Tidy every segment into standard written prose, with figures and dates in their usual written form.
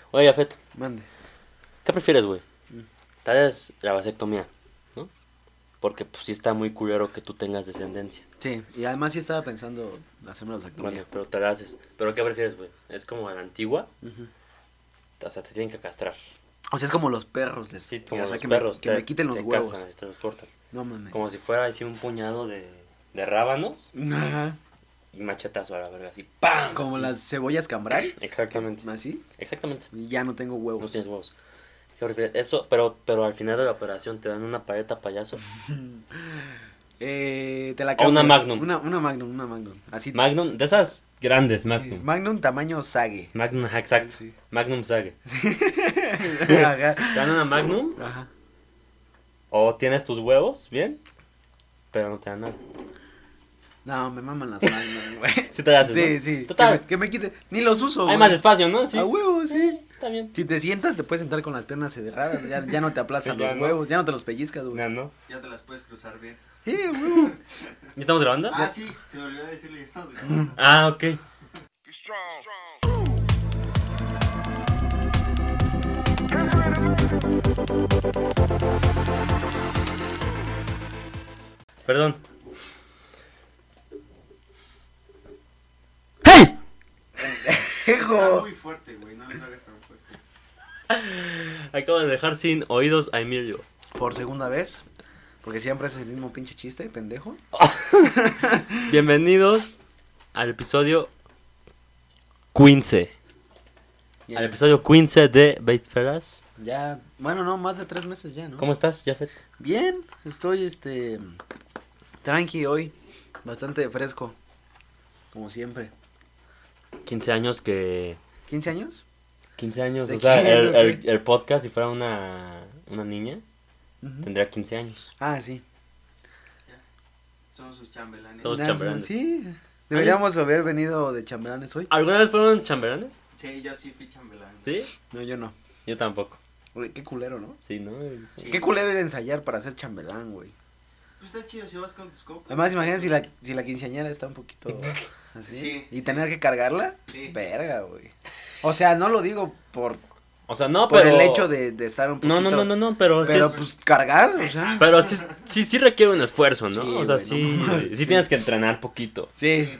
Oye, Afet, Mande. ¿qué prefieres, güey? Tal vez la vasectomía, ¿no? Porque pues sí está muy culero que tú tengas descendencia. Sí, y además sí estaba pensando hacerme la vasectomía. Bueno, pero te la haces. ¿Pero qué prefieres, güey? ¿Es como a la antigua? Ujú. O sea, te tienen que castrar. O sea, es como los perros. Sí, como o sea, los que perros. que me quiten los te huevos. castran, te los cortan. No mames. Como si fuera así un puñado de rábanos Ajá. y machetazo a la verga, así ¡pam! Como Así. las cebollas cambray. Exactamente. ¿Así? Exactamente. Y ya no tengo huevos. No tienes huevos. ¿Qué prefieres? Eso, pero al final de la operación te dan una paleta payaso. Te la O cambio. una Magnum. Una Magnum. Así. Magnum, de esas grandes, Sí, Magnum. Magnum tamaño Sage. Magnum, ajá, exacto. Sí. Magnum Sage. Ajá. Te dan una Magnum Ajá. o tienes tus huevos, bien, pero no te dan nada. No, me maman las Magnum, güey. Sí te la haces, Sí, ¿no? sí. Total. Que me quite. Ni los uso, Hay güey. más espacio, ¿no? Sí. A huevos, sí. Está bien. Si te sientas, te puedes sentar con las piernas cerradas. Ya no te aplastan Sí, ya los no. huevos. Ya no te los pellizcas, güey. Ya, ¿no? Ya te las puedes cruzar bien. Sí, huevo. ¿Ya estamos grabando? Ah, sí, se me olvidó decirle esto. Güey. Ah, ok. Perdón. ¡Hey! Está Hijo. muy fuerte, güey. No lo hagas tan fuerte. Acabo de dejar sin oídos a Emilio. Por segunda vez. Porque siempre es el mismo pinche chiste, pendejo. Bienvenidos al episodio 15. Ya, Al episodio 15 de Beisferas. ya, bueno, no, más de 3 meses ya, ¿no? ¿Cómo estás, Jafet? Bien, estoy, tranqui hoy. Bastante fresco. Como siempre. 15 años que... 15 años. 15 años, ¿De o sea, qué, güey? el podcast, si fuera una niña, Ujú. tendría 15 años. Ah, sí. Somos sus chambelanes. Todos Ah, chambelanes. Sí. Deberíamos haber venido de chambelanes hoy. ¿Alguna vez fueron chambelanes? Sí, yo sí fui chambelán. ¿Sí? No, yo no. Yo tampoco. Güey, qué culero, ¿no? Sí, ¿no? Sí. Qué culero ir a ensayar para ser chambelán, güey. Pues está chido si vas con tus copas. Además, imagínate si la quinceañera está un poquito así. Sí, Y sí. tener que cargarla. Sí. Verga, güey. O sea, no lo digo por O sea, no, por pero... el hecho de estar un poquito. No, pero, Pero sí, pues cargar, o sea. pero sí requiere un esfuerzo, ¿no? Sí, o sea, güey, sí, no mames. sí tienes que entrenar poquito. Sí.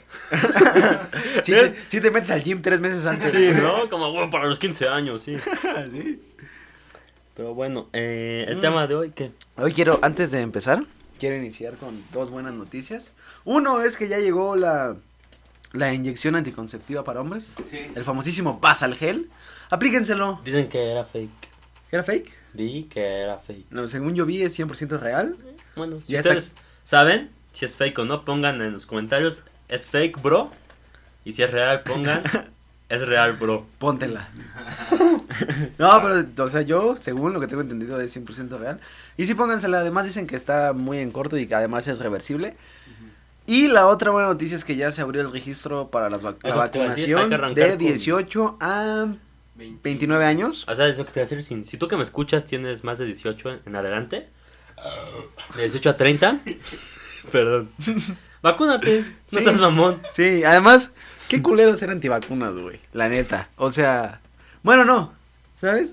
Sí te metes al gym 3 meses antes. Sí, ¿no? Como, bueno, para los 15 años, sí. Sí. Pero bueno, el tema de hoy, ¿qué? Hoy antes de empezar, quiero iniciar con 2 buenas noticias. Uno es que ya llegó la inyección anticonceptiva para hombres. Sí. El famosísimo Basalgel. Aplíquenselo. Dicen que era fake. ¿Era fake? Vi que era fake. No, según yo vi es 100% real. Bueno, si Ya ustedes saben si es fake o no, pongan en los comentarios, ¿es fake, bro? Y si es real, pongan, es real, bro. Póntela. No, pero, o sea, yo, según lo que tengo entendido, es 100% real. Y sí, póngansela. Además, dicen que está muy en corto y que además es reversible. Y la otra buena noticia es que ya se abrió el registro para la Eso te iba a decir, hay vacunación que arrancar de con- 18 a 29 años. O sea, eso que te voy a decir, si tú que me escuchas tienes más de 18 en adelante, de 18 a 30, perdón, vacúnate, no Sí. seas mamón. Sí, además, qué culero ser antivacunas, güey. La neta. O sea, bueno, no. ¿Sabes?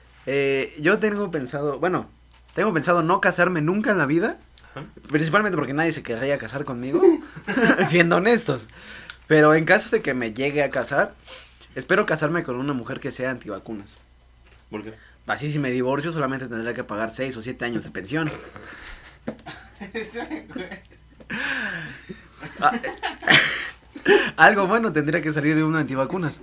Yo tengo pensado no casarme nunca en la vida. Ajá. Principalmente porque nadie se querría casar conmigo. Siendo honestos. Pero en caso de que me llegue a casar, espero casarme con una mujer que sea antivacunas. ¿Por qué? Así si me divorcio solamente tendré que pagar 6 o 7 años de pensión. Ese, güey. Algo bueno tendría que salir de una antivacunas.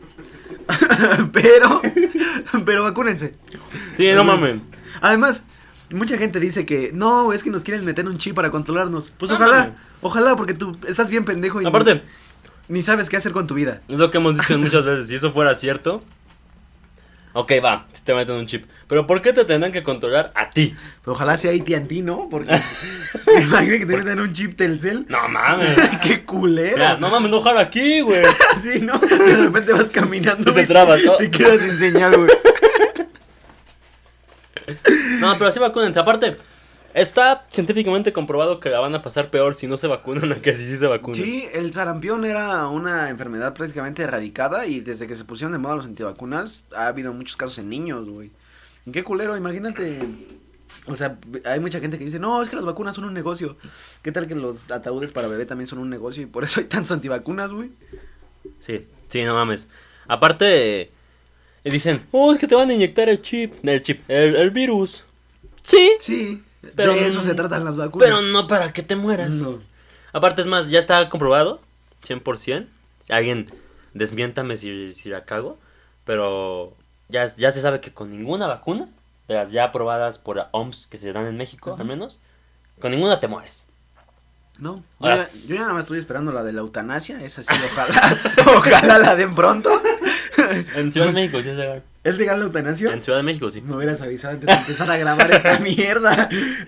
pero vacúnense. Sí, no mames. Además, mucha gente dice que no, es que nos quieren meter un chip para controlarnos. Pues No, ojalá, mames. ojalá, porque tú estás bien pendejo y Aparte, ni sabes qué hacer con tu vida. es lo que hemos dicho muchas veces, si eso fuera cierto, ok, va, si te meten un chip, pero ¿por qué te tendrán que controlar a ti? Pero ojalá sea AT&T, ¿no? Porque imagínate que te metan un chip Telcel. No mames. ¡Qué culero! Mira, no mames, no jala aquí, güey. Sí, ¿no? De repente vas caminando Y te y trabas, ¿no? te quedas sin señal, güey. No, pero sí vacúnense. Aparte, Está científicamente comprobado que la van a pasar peor si no se vacunan a que si sí se vacunan. Sí, el sarampión era una enfermedad prácticamente erradicada y desde que se pusieron de moda los antivacunas ha habido muchos casos en niños, güey. ¿Y qué culero? Imagínate, o sea, hay mucha gente que dice, no, es que las vacunas son un negocio. ¿Qué tal que los ataúdes para bebé también son un negocio y por eso hay tantos antivacunas, güey? Sí, no mames. Aparte, dicen, es que te van a inyectar el virus. Sí, Sí, pero de eso se tratan las vacunas. pero no para que te mueras. No. Aparte, es más, ya está comprobado, 100%. Alguien, desmiéntame si la cago, pero ya se sabe que con ninguna vacuna, de las ya aprobadas por la OMS que se dan en México, al menos, con ninguna te mueres. No, Ahora, yo ya nada más estoy esperando la de la eutanasia, esa sí, ojalá, ojalá la den pronto. En Ciudad de México sí es legal. ¿Es legal la eutanasia? En Ciudad de México sí. Me hubieras avisado antes de empezar a grabar esta mierda.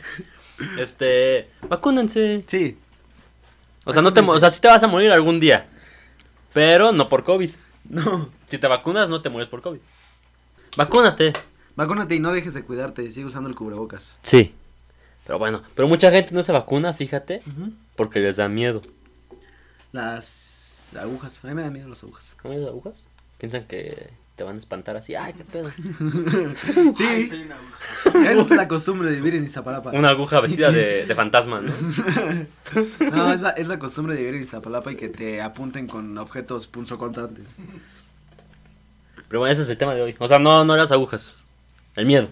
Vacúnense. Sí, O sea, sí te vas a morir algún día, pero no por COVID. no, Si te vacunas, no te mueres por COVID. Vacúnate. vacúnate y no dejes de cuidarte, sigue usando el cubrebocas. Sí. Pero bueno, pero mucha gente no se vacuna, fíjate, porque les da miedo. Las agujas, a mí me da miedo las agujas. ¿No ves agujas? Piensan que te van a espantar así. Ay, qué pedo. Ay, Sí, soy una aguja. es la costumbre de vivir en Iztapalapa. Una aguja vestida de fantasma, ¿no? No, es la costumbre de vivir en Iztapalapa y que te apunten con objetos punzocortantes. Pero bueno, ese es el tema de hoy. O sea, no las agujas. El miedo.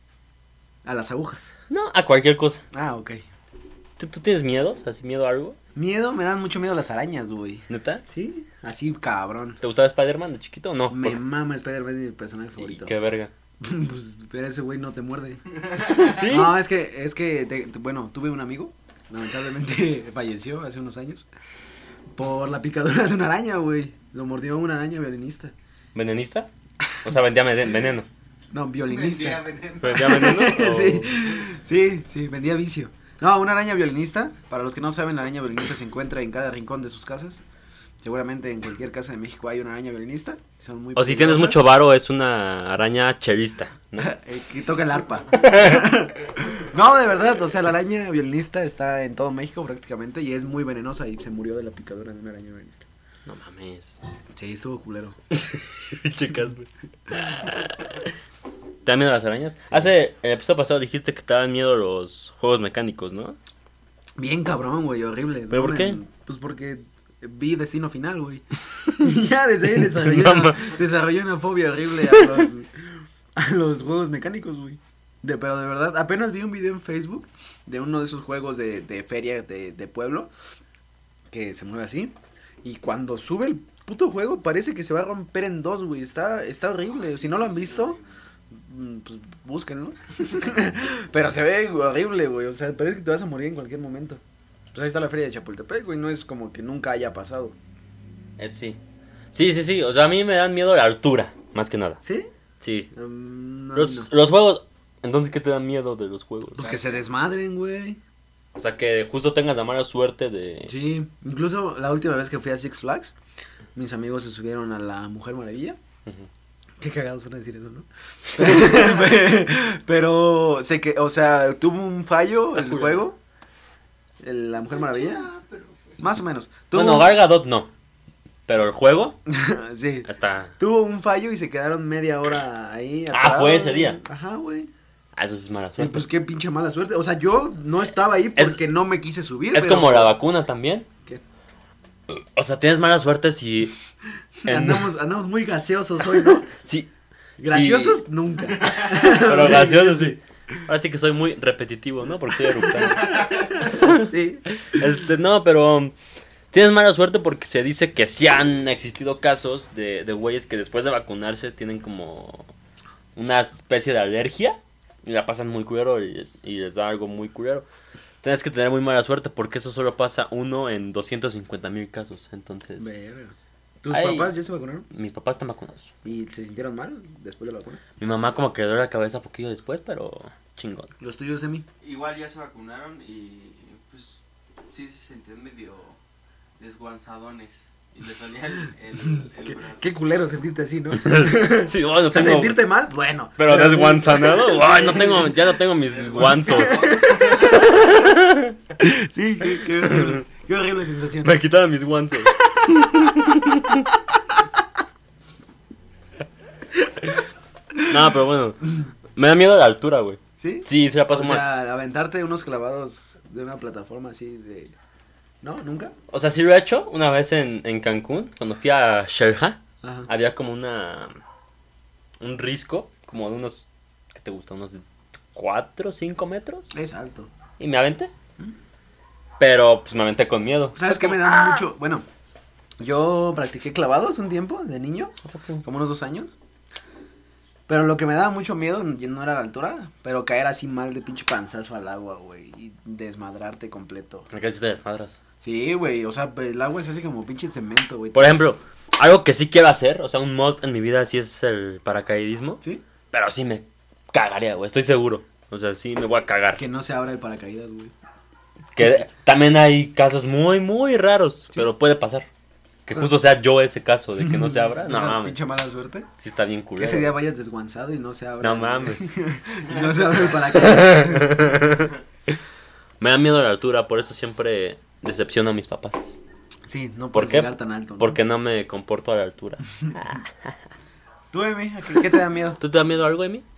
A las agujas. No, a cualquier cosa. Ah, ok. ¿Tú tienes miedos? ¿Así miedo a algo? Miedo, me dan mucho miedo las arañas, güey. ¿Neta? Sí, así cabrón. ¿Te gustaba Spider-Man de chiquito o no? Me Porque- mama Spider-Man, es mi personaje Y favorito. qué verga. Pues, pero ese güey no te muerde. ¿Sí? No, es que, bueno, tuve un amigo, lamentablemente falleció hace unos años, por la picadura de una araña, güey. Lo mordió una araña violinista. ¿Venenista? O sea, vendía veneno. No, violinista. ¿Vendía veneno? o- Sí, vendía vicio. No, una araña violinista, para los que no saben, la araña violinista se encuentra en cada rincón de sus casas. Seguramente en cualquier casa de México hay una araña violinista. Son muy O si tienes peligrosas. mucho varo, es una araña chelista, ¿no? Que toca el arpa. No, de verdad, o sea, la araña violinista está en todo México prácticamente y es muy venenosa y se murió de la picadura de una araña violinista. No mames. Sí, estuvo culero. Chicas, güey. ¿Te dan miedo las arañas? Hace el episodio pasado dijiste que te daban miedo los juegos mecánicos, ¿no? Bien cabrón, güey, horrible. ¿Pero por qué? Pues porque vi Destino Final, güey. Y ya desde ahí desarrollé una fobia horrible a los juegos mecánicos, güey. Pero de verdad, apenas vi un video en Facebook de uno de esos juegos de feria de pueblo que se mueve así. Y cuando sube el puto juego parece que se va a romper en dos, güey. Está horrible. Si no lo han visto, pues búsquenlo. Pero se ve horrible, güey. O sea, parece que te vas a morir en cualquier momento. Pues ahí está la feria de Chapultepec, güey. No es como que nunca haya pasado. Sí. Sí. O sea, a mí me dan miedo la altura, más que nada. ¿Sí? Sí. No, Los no. juegos... Entonces, ¿qué te dan miedo de los juegos? Pues que se desmadren, güey. O sea, que justo tengas la mala suerte de... Sí, incluso la última vez que fui a Six Flags, mis amigos se subieron a la Mujer Maravilla. Ujú. Qué cagados suena decir eso, ¿no? Pero o sea, tuvo un fallo Está el culero. juego. La Mujer Maravilla. Más o menos. Tuvo Bueno, Gal Gadot no. Pero el juego sí. está... Tuvo un fallo y se quedaron media hora ahí. Ah, ¿fue ese día? Ajá, güey. Ah, eso sí es mala Y suerte. pues qué pinche mala suerte. O sea, yo no estaba ahí porque no me quise subir. Es pero- como la vacuna también. ¿Qué? O sea, tienes mala suerte si... Andamos muy gaseosos hoy, ¿no? Sí. Graciosos Sí, nunca. pero gracioso, sí. Ahora sí que soy muy repetitivo, ¿no? Porque soy eructando. Sí. No, pero... Tienes mala suerte porque se dice que sí han existido casos de güeyes que después de vacunarse tienen como una especie de alergia y la pasan muy culero y les da algo muy culero. Tienes que tener muy mala suerte porque eso solo pasa uno en 250,000 casos. Entonces, Verga. ¿Tus Ay. papás ya se vacunaron? mis papás están vacunados. ¿Y se sintieron mal después de la vacuna? Mi mamá como que le duele la cabeza poquillo después, pero chingón. ¿Los tuyos, Emi? Igual ya se vacunaron y pues sí se sentían medio desguanzadones. Y les dolía el brazo. Qué culero sentirte así, ¿no? Sí, bueno, O sea, tengo... sentirte mal, bueno. Pero desguanzanado, ay, ya no tengo mis guanzos. Sí, qué horrible sensación. Me quitaron mis guantes. No, pero bueno. Me da miedo la altura, güey. ¿Sí? Sí, se la paso O mal. sea, aventarte unos clavados de una plataforma así de... ¿No? ¿Nunca? O sea, sí lo he hecho una vez en Cancún, cuando fui a Sharjah. Ajá. Había como un risco, como de unos, ¿qué te gusta? Unos 4 o 5 metros. Es alto. Y me aventé. Pero pues me aventé con miedo. ¿Sabes qué me da mucho? Bueno, yo practiqué clavados un tiempo de niño, como unos 2 años. Pero lo que me daba mucho miedo no era la altura, pero caer así mal de pinche panzazo al agua, güey, y desmadrarte completo. Acá sí te desmadras. Sí, güey, o sea, el agua se hace como pinche cemento, güey. Por ejemplo, algo que sí quiero hacer, o sea, un must en mi vida sí es el paracaidismo. ¿Sí? Pero sí me cagaría, güey, estoy seguro. O sea, sí me voy a cagar. Que no se abra el paracaídas, güey. Que también hay casos muy, muy raros, pero puede pasar. Que justo sea yo ese caso de que no se abra. No Una mames. pinche mala suerte. Sí está bien Que culero. ese día vayas desguanzado y no se abra. No mames. Y no se abre el paracaídas. Me da miedo la altura, por eso siempre decepciono a mis papás. Sí, no ¿Por puedes qué? llegar tan alto, ¿no? Porque no me comporto a la altura. Tú, Emi, ¿qué te da miedo? ¿Tú te da miedo algo, Emi?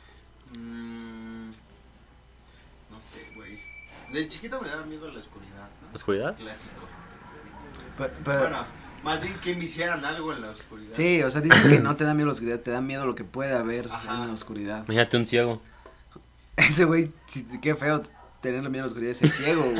No sé, güey. De chiquito me daba miedo la oscuridad, ¿no? ¿Oscuridad? Clásico. Pero, Bueno, más bien que me hicieran algo en la oscuridad. sí, o sea, dices que no te da miedo la oscuridad, te da miedo lo que puede haber Ajá. en la oscuridad. Imagínate un ciego. Ese güey, qué feo tenerle miedo a la oscuridad, ese ciego, güey.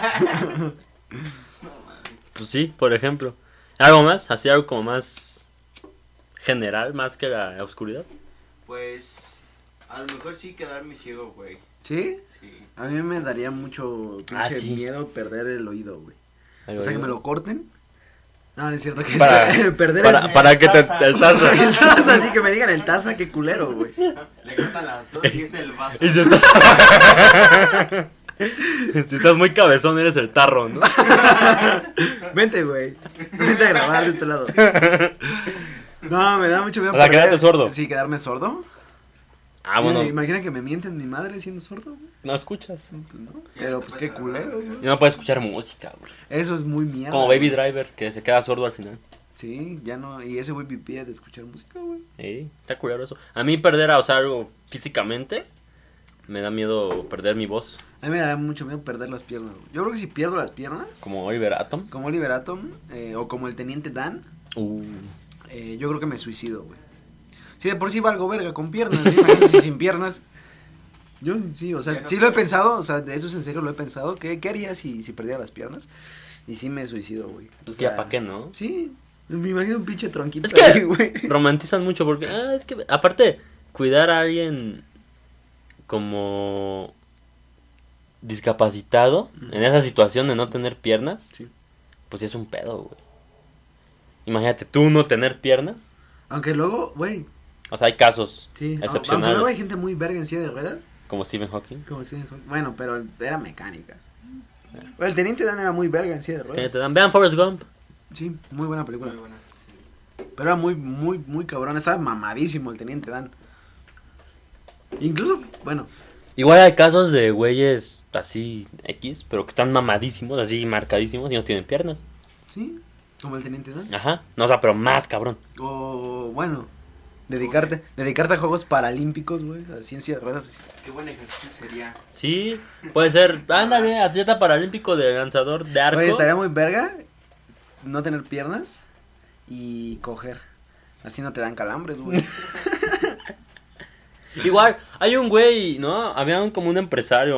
Pues sí, por ejemplo. ¿Algo más? Así algo como más general, más que la oscuridad. Pues, a lo mejor sí quedarme ciego, güey. ¿Sí? Sí. A mí me daría mucho pinche sí. miedo perder el oído, güey. Algo O sea, que digo. me lo corten. No, no es cierto que Para- perder Para que te taza. el taza. el taza, así que me digan el taza, qué culero, güey. Le cortan las dos y es el vaso. Y si estás... si estás muy cabezón, eres el tarro, ¿no? Vente, güey. Vente a grabar de este lado. No, me da mucho miedo O sea, quedarte sordo. Sí, quedarme sordo. Ah, bueno, Imagina que me mienten mi madre siendo sordo, güey. no escuchas. Pues no. Pero pues qué culero, güey. Y no puedes escuchar música, güey. Eso es muy mierda. Como Baby güey. Driver, que se queda sordo al final. Sí, ya no. Y ese güey vivía de escuchar música, güey. Está culero eso. A mí perder, o sea, algo físicamente, me da miedo perder mi voz. A mí me daría mucho miedo perder las piernas, güey. Yo creo que si pierdo las piernas, Como Oliver Atom. como Oliver Atom, o como el Teniente Dan, yo creo que me suicido, güey. Si de por sí valgo verga con piernas, ¿sí? Imagínate si sin piernas. Yo sí, o sea, Ya no sí lo he puedes. pensado, o sea, de eso es en serio lo he pensado. ¿Qué haría si perdiera las piernas? Y sí me suicido, güey. Pues O que ya sea, pa' qué, ¿no? Sí, me imagino un pinche tronquito Es que ahí, güey. romantizan mucho porque, es que, aparte, cuidar a alguien como discapacitado en esa situación de no tener piernas, Sí. pues sí es un pedo, güey. Imagínate tú no tener piernas. Aunque luego, güey, O sea, hay casos sí. Aunque excepcionales, luego hay gente muy verga en silla de ruedas. como Stephen Hawking. Como si, bueno, pero era mecánica. El Teniente Dan era muy verga en silla de Sí, ruedas. te dan, vean Forrest Gump. Sí, muy buena película. Muy buena. Sí. Pero era muy cabrón. Estaba mamadísimo el Teniente Dan. Incluso, bueno, Igual hay casos de güeyes así X, pero que están mamadísimos, así marcadísimos y no tienen piernas. sí, como el Teniente Dan. Ajá. No, o sea, pero más cabrón. O, bueno, dedicarte a Juegos Paralímpicos, güey, a ciencia de ruedas. Así. Qué buen ejercicio sería. Sí, puede ser, ándale, atleta paralímpico de lanzador de arco. Oye, estaría muy verga no tener piernas y coger. Así no te dan calambres, güey. Igual, hay un güey, ¿no? Había como un empresario,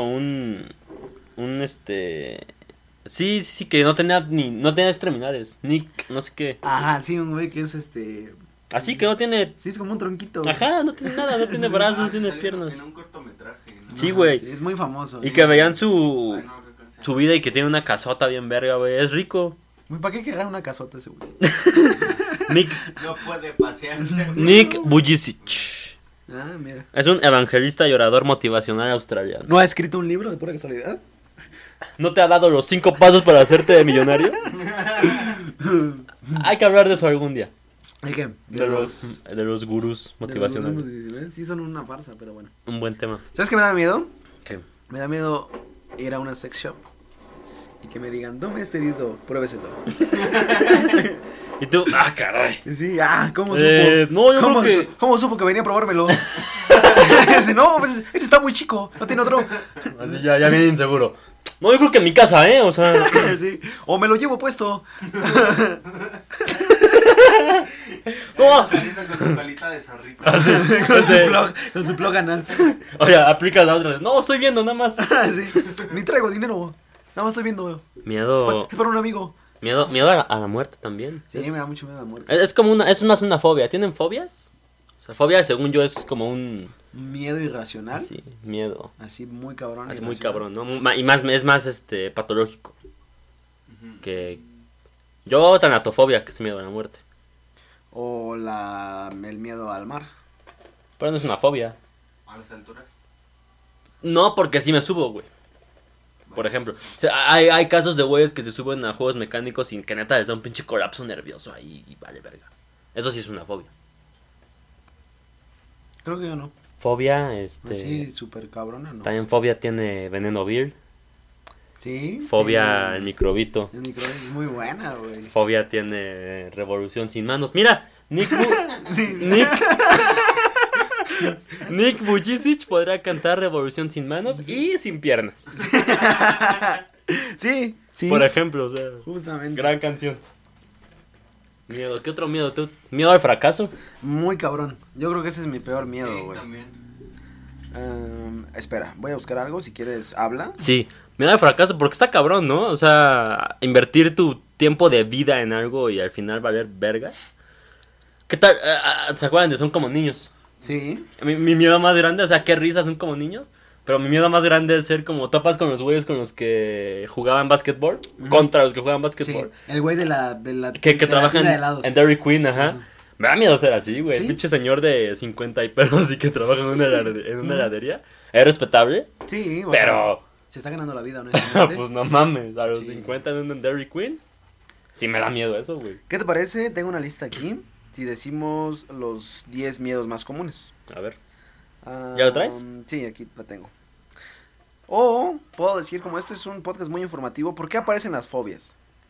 sí, que no tenía extremidades. Nick, no sé qué. Ajá, sí, un güey que es Así que no tiene, Sí, es como un tronquito. güey. ajá, no tiene nada, no tiene brazos, no Ah, tiene salió piernas. En un cortometraje, ¿no? Sí, güey. Sí, es muy famoso. Y que veían su Ay, no, qué canción. su vida y que tiene una casota bien verga, güey. Es rico. Güey, ¿para qué quejar una casota ese güey? Nick No puede pasearse. Nick Vujicic. Ah, mira. Es un evangelista y orador motivacional australiano. ¿No ha escrito un libro de pura casualidad? ¿No te ha dado los 5 pasos para hacerte millonario? Hay que hablar de eso algún día. ¿El qué? De los gurús motivacionales. Sí, son una farsa, pero bueno. Un buen tema. ¿Sabes qué me da miedo? ¿Qué? Me da miedo ir a una sex shop y que me digan, tome este dildo, pruébeselo. Y tú, caray. Sí, ¿cómo supo? No, yo ¿Cómo, creo que... ¿Cómo supo que venía a probármelo? Dice, no, pues ese está muy chico, no tiene otro. Así ya viene inseguro. No, yo creo que en mi casa, o sea... Sí. O me lo llevo puesto. No. Saliendo con su palita de zorrito. con su plug anal. Oye, aplica la otra. No, estoy viendo nada más. Sí. Ni traigo dinero, nada más estoy viendo. Miedo... Es para un amigo. Miedo a la muerte también. Sí, me da mucho miedo la muerte. Es como una fobia. ¿Tienen fobias? O sea, fobia, según yo, es como un... Miedo irracional. Sí, miedo. Así muy cabrón. Es muy irracional. cabrón, ¿no? Y más, es más, patológico. Que... Yo, tanatofobia, que es miedo a la muerte. O el miedo al mar. Pero no es una fobia. A las alturas. No, porque sí me subo, güey. Por ejemplo, o sea, hay casos de güeyes que se suben a juegos mecánicos y que neta les da un pinche colapso nervioso ahí y vale verga. Eso sí es una fobia. Creo que yo no. Fobia, Así, súper cabrona, ¿no? también fobia tiene Veneno Beer. Sí. Fobia el microbito. El micro es muy buena, güey. Fobia tiene Revolución Sin Manos. Mira, Nick Vujicic podrá cantar Revolución Sin Manos y sin piernas. Sí, sí. Por ejemplo, o sea, Justamente. gran canción. Miedo, ¿qué otro miedo? ¿Tú? ¿Miedo al fracaso? Muy cabrón. Yo creo que ese es mi peor miedo, Sí, güey. también. Espera, voy a buscar algo. Si quieres, habla. Sí, miedo al fracaso porque está cabrón, ¿no? O sea, invertir tu tiempo de vida en algo y al final valer verga. ¿Qué tal? ¿Se acuerdan de Son como niños? Sí. Mi miedo más grande, o sea, qué risa, son como niños. Pero mi miedo más grande es ser como topas con los güeyes con los que jugaban básquetbol. Contra los que juegan básquetbol. Sí. El güey de la Que de la trabajan tienda de helados. en Dairy Queen, ajá. Me da miedo ser así, güey. ¿Sí? El pinche señor de 50 y pelos y que trabaja en una heladería. Es respetable, Sí, bueno, pero... se está ganando la vida, ¿no? pues no mames, a los Sí. 50 en un Dairy Queen. Sí me da miedo eso, güey. ¿Qué te parece? Tengo una lista aquí. Si decimos los 10 miedos más comunes. A ver. ¿Ya lo traes? Sí, aquí la tengo. O puedo decir, como este es un podcast muy informativo, ¿por qué aparecen las fobias?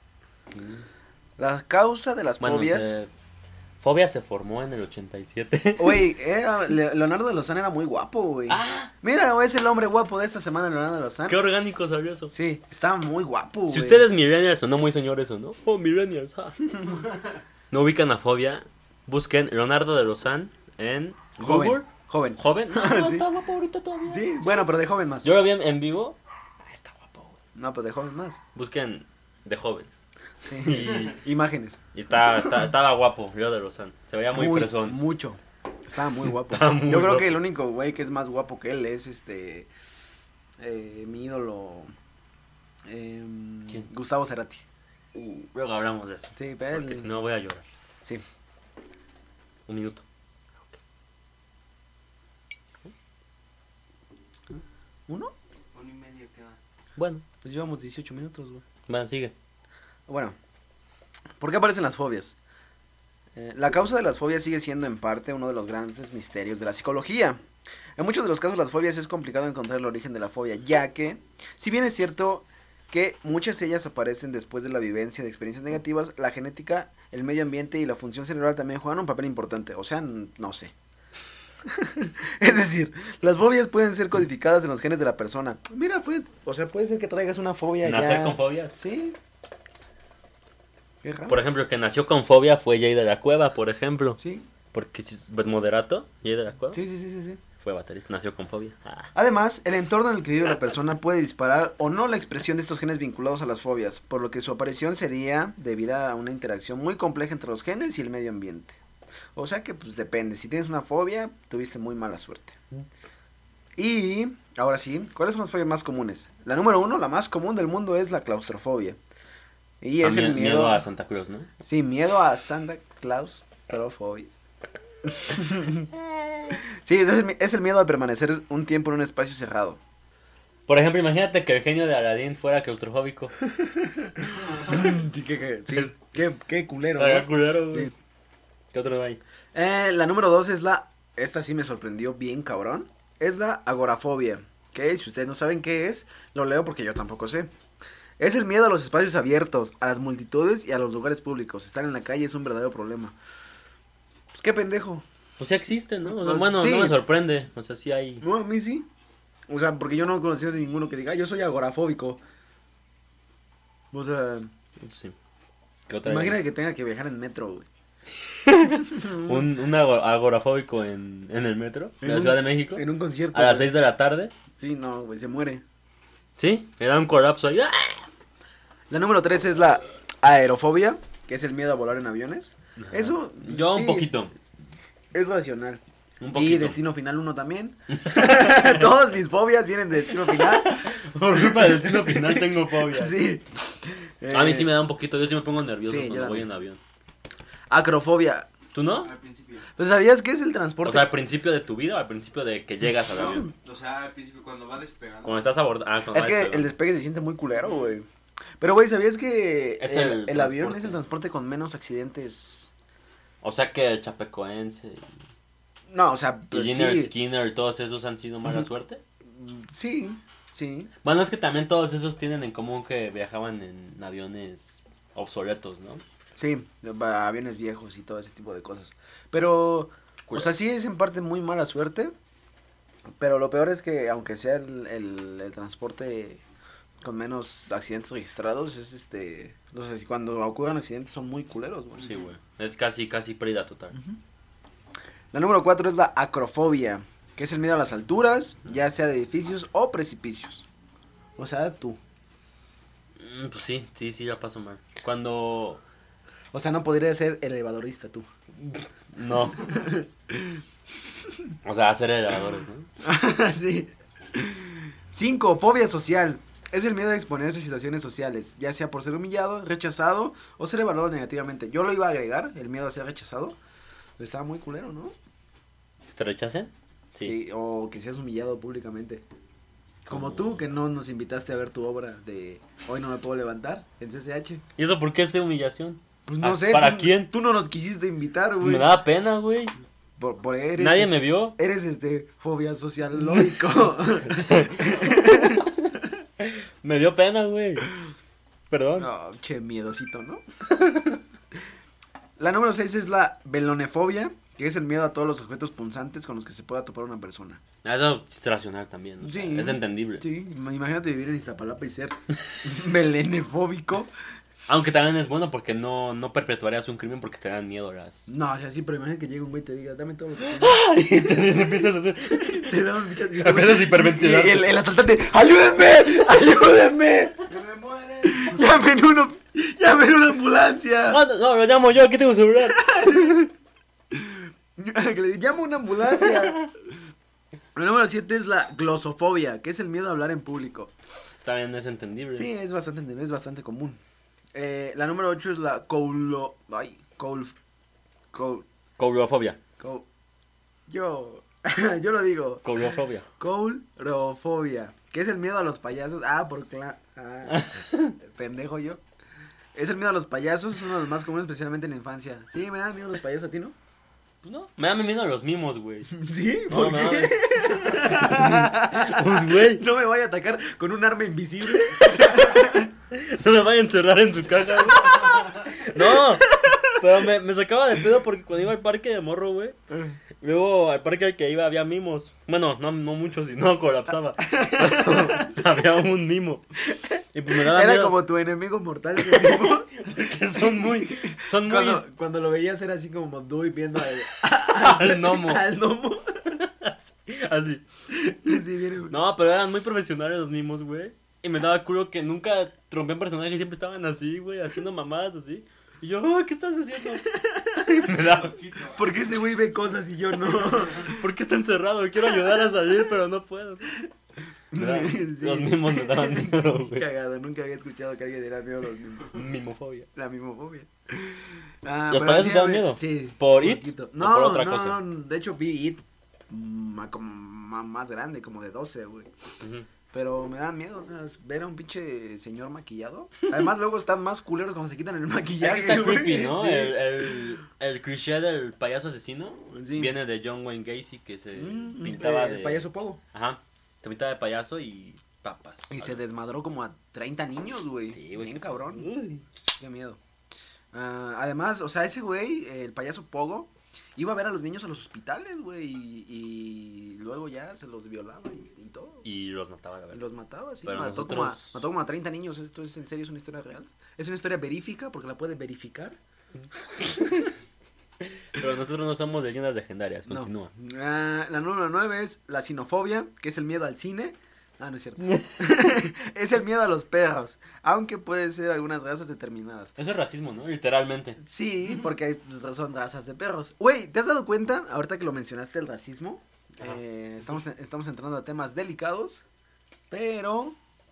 La causa de las fobias... Fobia se formó en el 87. Güey, Leonardo de Lozán era muy guapo, güey. Mira, güey, es el hombre guapo de esta semana, Leonardo de Lozán. Qué orgánico salió eso. Sí, estaba muy guapo, güey. Si ustedes millennials o no muy señores o no. Oh, millennials, no ubican a Fobia, busquen Leonardo de Lozán en Google. Joven. ¿Joven? No, Sí. está guapo ahorita todavía. Sí, bueno, pero de joven más. Yo lo vi en vivo. Está guapo, güey. No, pero de joven más. Busquen de joven. Sí. Imágenes. Y estaba guapo, Leo de Lozán. Se veía muy fresón. Mucho. Estaba muy guapo. Estaba muy Yo creo guapo. que el único güey que es más guapo que él es mi ídolo ¿Quién? Gustavo Cerati. Luego hablamos de eso. Sí, pero Porque él... si no voy a llorar. Sí. Un minuto. ¿Uno? 1:30 queda. Bueno, Pues llevamos 18 minutos, güey. bueno, sigue. Bueno, ¿por qué aparecen las fobias? La causa de las fobias sigue siendo en parte uno de los grandes misterios de la psicología. En muchos de los casos las fobias es complicado encontrar el origen de la fobia, ya que, si bien es cierto que muchas de ellas aparecen después de la vivencia de experiencias negativas, la genética, el medio ambiente y la función cerebral también juegan un papel importante, o sea, no sé. Es decir, las fobias pueden ser codificadas en los genes de la persona. Mira, puede ser que traigas una fobia ¿Nacer ya. con fobias? Sí. Qué raro. Por ejemplo, el que nació con fobia fue Jay de la Cueva, por ejemplo. Sí, Porque si es moderato, Jay de la Cueva, sí. fue baterista, nació con fobia. Además, el entorno en el que vive la persona puede disparar o no la expresión de estos genes vinculados a las fobias, por lo que su aparición sería debida a una interacción muy compleja entre los genes y el medio ambiente. O sea que, pues, depende. Si tienes una fobia, tuviste muy mala suerte. Y, ahora sí, ¿cuáles son las fobias más comunes? La número 1, la más común del mundo, es la claustrofobia. Y es el miedo a Santa Cruz, ¿no? Sí, miedo a Santa Claus, claustrofobia. Sí, es el miedo a permanecer un tiempo en un espacio cerrado. Por ejemplo, imagínate que el genio de Aladdin fuera claustrofóbico. Sí, qué culero, Estaría ¿no? culero, güey. Sí. ¿Qué otro hay? La número 2 es esta sí me sorprendió bien cabrón, es la agorafobia. que si ustedes no saben qué es, lo leo porque yo tampoco sé. Es el miedo a los espacios abiertos, a las multitudes y a los lugares públicos. Estar en la calle es un verdadero problema. Pues qué pendejo. O sea, existe, ¿no? O sea, Pues, bueno, sí. no me sorprende. O sea, sí hay... No, a mí sí. O sea, porque yo no he conocido de ninguno que diga, "Ay, yo soy agorafóbico". O sea, Sí. ¿Qué otra? imagina que tenga que viajar en metro, güey. Un agorafóbico en el metro de la En Ciudad un- de México. En un concierto. A las güey. 6 de la tarde. Sí, no, güey, se muere. Sí, me da un colapso ahí. ¡Ah! La número 3 es la aerofobia, que es el miedo a volar en aviones. Eso. Yo un sí, poquito. Es racional. Un Y poquito. Destino Final 1 también. Todas mis fobias vienen de Destino Final. Por culpa del destino final tengo fobia. Sí. A mí sí me da un poquito. Yo sí me pongo nervioso Sí, yo cuando voy también. en avión. Acrofobia. ¿Tú no? Al principio. Pues, ¿sabías qué es el transporte? O sea, al principio de tu vida o al principio de que llegas al avión. O sea, al principio cuando va despegando. Cuando estás abordando. Ah, cuando es vas que despegando. el despegue se siente muy culero, güey. Pero, güey, ¿sabías que Es el el avión transporte. es el transporte con menos accidentes? O sea que el Chapecoense No, o sea, y pues Lynyrd sí. Skinner, todos esos han sido mala suerte. Sí, sí. Bueno, es que también todos esos tienen en común que viajaban en aviones obsoletos, ¿no? Sí, aviones viejos y todo ese tipo de cosas. Pero, o sea, sí es en parte muy mala suerte. Pero lo peor es que, aunque sea el transporte con menos accidentes registrados, es no sé, si cuando ocurren accidentes son muy culeros, güey. Sí, güey. Es casi pérdida total. La número 4 es la acrofobia, que es el miedo a las alturas, ya sea de edificios o precipicios. O sea, tú. Pues sí, ya paso mal. Cuando... O sea, no podría ser elevadorista tú. No. O sea, hacer elevadores, ¿no? Sí. 5. Fobia social. Es el miedo a exponerse a situaciones sociales, ya sea por ser humillado, rechazado o ser evaluado negativamente. Yo lo iba a agregar, el miedo a ser rechazado. Estaba muy culero, ¿no? ¿Te rechacen? Sí. O que seas humillado públicamente. Como tú, que no nos invitaste a ver tu obra de Hoy no me puedo levantar en CCH. ¿Y eso por qué es humillación? Pues no Ah, sé. ¿para tú- quién? Tú no nos quisiste invitar, güey. Me daba pena, güey. Por eres, Nadie me vio. Eres fobia social lógico. Me dio pena, güey. Perdón. No, che, miedosito, ¿no? La número 6 es la velonefobia, que es el miedo a todos los objetos punzantes con los que se pueda topar una persona. Eso es racional también. O sea, Sí. es entendible. Sí, imagínate vivir en Iztapalapa y ser velenefóbico. Aunque también es bueno porque no perpetuarías un crimen porque te dan miedo las... No, o sea, sí, pero imagínate que llegue un güey y te diga, dame todo lo que Y te empiezas a hacer... tienes. Te da un bicho. Empiezas a hiperventilar. Y el asaltante, ¡ayúdenme! ¡Ayúdenme! ¡Se me muere! ¡Llamen una ambulancia! No, lo llamo yo, aquí tengo un celular. Que le diga, ¡llama una ambulancia! La número 7 es la glosofobia, que es el miedo a hablar en público. También es entendible. Sí, es bastante común. La número 8 es la Coulrofobia. yo lo digo. Coulrofobia. Coulrofobia, que es el miedo a los payasos. Pendejo yo. Es el miedo a los payasos, es uno de los más comunes, especialmente en la infancia. Sí, me dan miedo los payasos, ¿a ti no? Pues no, me da miedo a los mimos, güey. Sí, No, ¿por no, qué? Pues, güey, No me vaya a atacar con un arma invisible. no me vaya a encerrar en su caja, güey. No, pero me sacaba de pedo porque cuando iba al parque de morro, güey, luego al parque al que iba había mimos. Bueno, no muchos, sino colapsaba. Había un mimo. Y pues me daba Era miedo. como tu enemigo mortal. Ese tipo. Porque son muy Cuando lo veías era así como Dewey viendo al gnomo. al gnomo. Así. Sí, viene. No, pero eran muy profesionales los mimos, güey. Y me daba culo que nunca rompían personajes, siempre estaban así, güey, haciendo mamadas así. Y yo, ¿qué estás haciendo? Me daba, ¿Por qué ese güey ve cosas y yo no? ¿por qué está encerrado? Quiero ayudar a salir, pero no puedo. Me daba- Sí. Los mimos me daban miedo, güey. Cagado, nunca había escuchado que alguien diera miedo a los mimos. Mimofobia. La mimofobia. ¿Los pero payasos sí, te dan güey, miedo? Sí. ¿Por It? poquito. ¿O No, por otra no, cosa? no, de hecho vi It como más grande, como de 12, güey. Ujú. Pero me dan miedo, o sea, ver a un pinche señor maquillado. Además, luego están más culeros cuando se quitan el Es maquillaje. que está güey. creepy, ¿no? Sí. El cliché del payaso asesino Sí. viene de John Wayne Gacy, que se Mm, pintaba el de... payaso Pogo. Ajá. mitad de payaso y papas. Y se desmadró como a 30 niños, güey. Sí, güey. Bien cabrón. Uy. Qué miedo. Además, o sea, ese güey, el payaso Pogo, iba a ver a los niños a los hospitales, güey. Y luego ya se los violaba y todo. Y los mataba, la Y verdad. los mataba, sí. Pero Mató como a 30 niños. ¿Esto es en serio? ¿Es una historia real? ¿Es una historia verífica? Porque la puede verificar. Pero nosotros no somos leyendas legendarias. Continúa. No. La número 9 es la sinofobia, que es el miedo al cine. No es cierto. Es el miedo a los perros, aunque puede ser algunas razas determinadas. Eso es racismo, ¿no? Literalmente. Sí, porque hay, pues, son razas de perros. Güey, ¿te has dado cuenta, ahorita que lo mencionaste, el racismo? Estamos entrando a temas delicados, pero...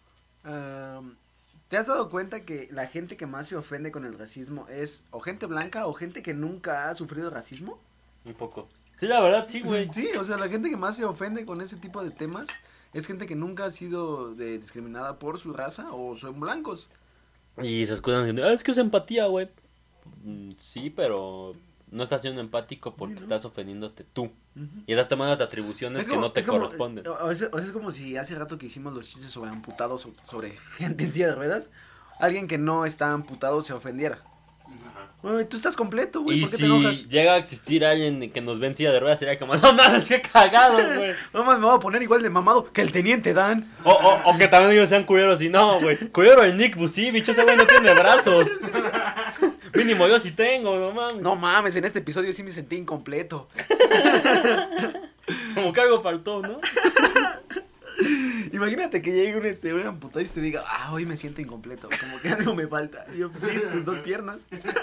¿te has dado cuenta que la gente que más se ofende con el racismo es o gente blanca o gente que nunca ha sufrido racismo? Un poco. Sí, la verdad, sí, güey. Sí, o sea, la gente que más se ofende con ese tipo de temas es gente que nunca ha sido discriminada por su raza o son blancos. Y se escudan diciendo, es que es empatía, güey. Sí, pero no estás siendo empático porque estás ofendiéndote tú. Y estás tomando atribuciones que no te corresponden. O sea, es como si hace rato que hicimos los chistes sobre amputados, sobre gente en silla de ruedas, alguien que no está amputado se ofendiera. Güey, tú estás completo, güey, Y ¿por qué si te enojas? llega a existir alguien que nos ve en silla de ruedas, sería como, no mames, qué cagado, güey. No más me voy a poner igual de mamado que el teniente Dan. O que también ellos sean culeros y no, güey. Culero el Nick, pues sí, bicho, ese güey no tiene brazos. Mínimo yo sí tengo, no mames. No mames, en este episodio sí me sentí incompleto. Como que algo faltó, ¿no? Imagínate que llegue un amputado y te diga, hoy me siento incompleto, como que algo me falta. Y yo, pues sí, tus 2 piernas.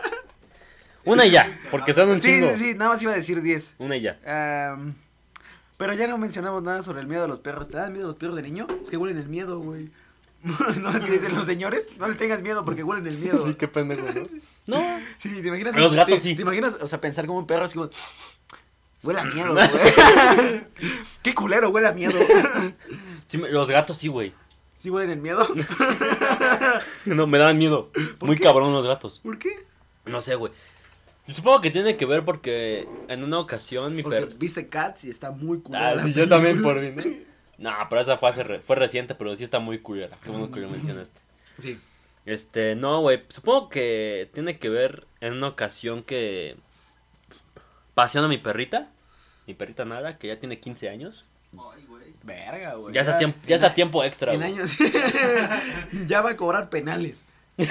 Una y ya, porque son un chingo. Sí, nada más iba a decir 10. Una y ya. Pero ya no mencionamos nada sobre el miedo a los perros. ¿Te dan miedo a los perros de niño? Es que huelen el miedo, güey. No, es que dicen los señores, no les tengas miedo porque huelen el miedo. Sí, qué pendejo, ¿no? No. Sí, ¿te imaginas? Los gatos sí. ¿Te imaginas, o sea, pensar como un perro así como... Huele a miedo, güey. Qué culero, huele a miedo. Sí, los gatos sí, güey. ¿Sí huelen el miedo? No, me dan miedo. Muy qué? cabrón los gatos. ¿Por qué? No sé, güey. Yo supongo que tiene que ver porque en una ocasión mi Porque perro... viste Cats y está muy culera. sí, yo también por mí, ¿no? No, pero esa fue reciente, pero sí está muy culera. Qué bueno que lo mencionaste. Sí. No, güey. Supongo que tiene que ver en una ocasión que... Paseando a mi perrita Nara, que ya tiene 15 años. Ay, güey. Verga, güey. Ya está tiempo extra, En güey. años... ya va a cobrar penales.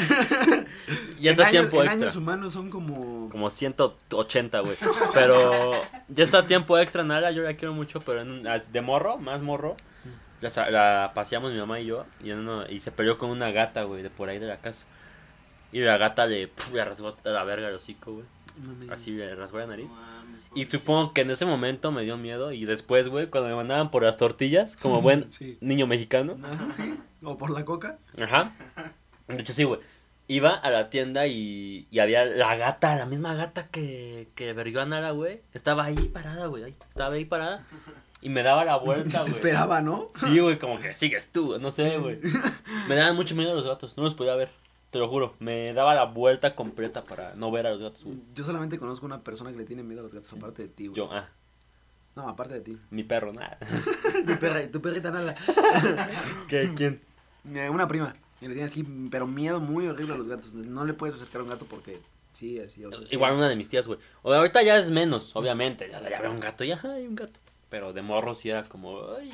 Ya está tiempo en extra. años humanos son como 180, güey. Pero ya está tiempo extra, Nara. Yo la quiero mucho, pero de morro, más morro. La paseamos mi mamá y yo. Y se peleó con una gata, güey, de por ahí de la casa. Y la gata le rasgó la verga el hocico, güey. Así le rasgó la nariz. Y supongo que en ese momento me dio miedo. Y después, güey, cuando me mandaban por las tortillas, como buen Sí. niño mexicano. Ajá, sí. O por la coca. Ajá. De hecho, sí, güey. Iba a la tienda y había la misma gata que verguió a Nara, güey. Estaba ahí parada, güey. Estaba ahí parada. Y me daba la vuelta, Te güey. esperaba, ¿no? Sí, güey, como que sigues tú, no sé, güey. Me daban mucho miedo los gatos, no los podía ver. Te lo juro, me daba la vuelta completa para no ver a los gatos, güey. Yo solamente conozco una persona que le tiene miedo a los gatos, aparte de ti, güey. Yo, No, aparte de ti. mi perro, nada. Tu perrita Nala. ¿Quién? Una prima. Y le tiene así, pero miedo muy horrible a los gatos. No le puedes acercar a un gato porque sí, así. O sea, sí. Igual una de mis tías, güey. O ahorita ya es menos, obviamente. Ya veo un gato, ya hay un gato. Pero de morro sí era como, ay.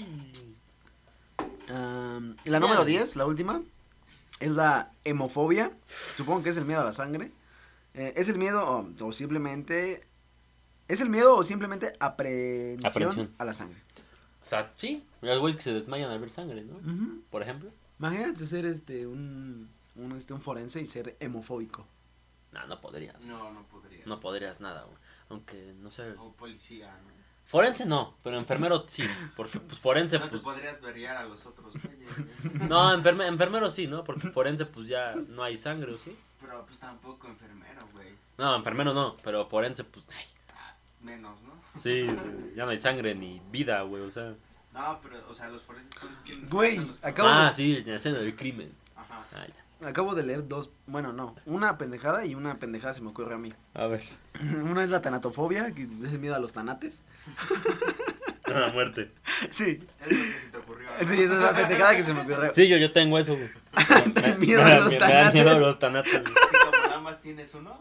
Y la número 10, la última, es la hemofobia. Supongo que es el miedo a la sangre. Es el miedo o simplemente... Es el miedo o simplemente aprehensión a la sangre. O sea, sí, los güeyes que se desmayan al ver sangre, ¿no? Uh-huh. Por ejemplo. Imagínate ser un forense y ser hemofóbico. No podrías. No podría. No podrías nada, güey. Aunque, no sé. O policía, ¿no? Forense no, pero enfermero sí. Porque, pues, forense, No te pues... podrías veriar a los otros güeyes. No, enfermero sí, ¿no? Porque forense, pues, ya no hay sangre, ¿o sí? Pero pues tampoco enfermero, güey. No, enfermero no, pero forense, pues, ay. Menos, ¿no? Sí, ya no hay sangre ni vida, güey, o sea... No, pero, o sea, los forenses son quienes... Güey, matan los acabo cadáveres. sí, en la escena del crimen. Ajá. Ya. Acabo de leer dos, bueno, no, una pendejada y una pendejada se me ocurre a mí. A ver. Una es la tanatofobia, que es el miedo a los tanates. A la muerte. Sí. Es lo que se te ocurrió Sí, esa es la pendejada que se me ocurrió. Sí, yo tengo eso, güey. Miedo a los Me da tanates. miedo a los tanates, güey. Sí, como nada más tienes uno.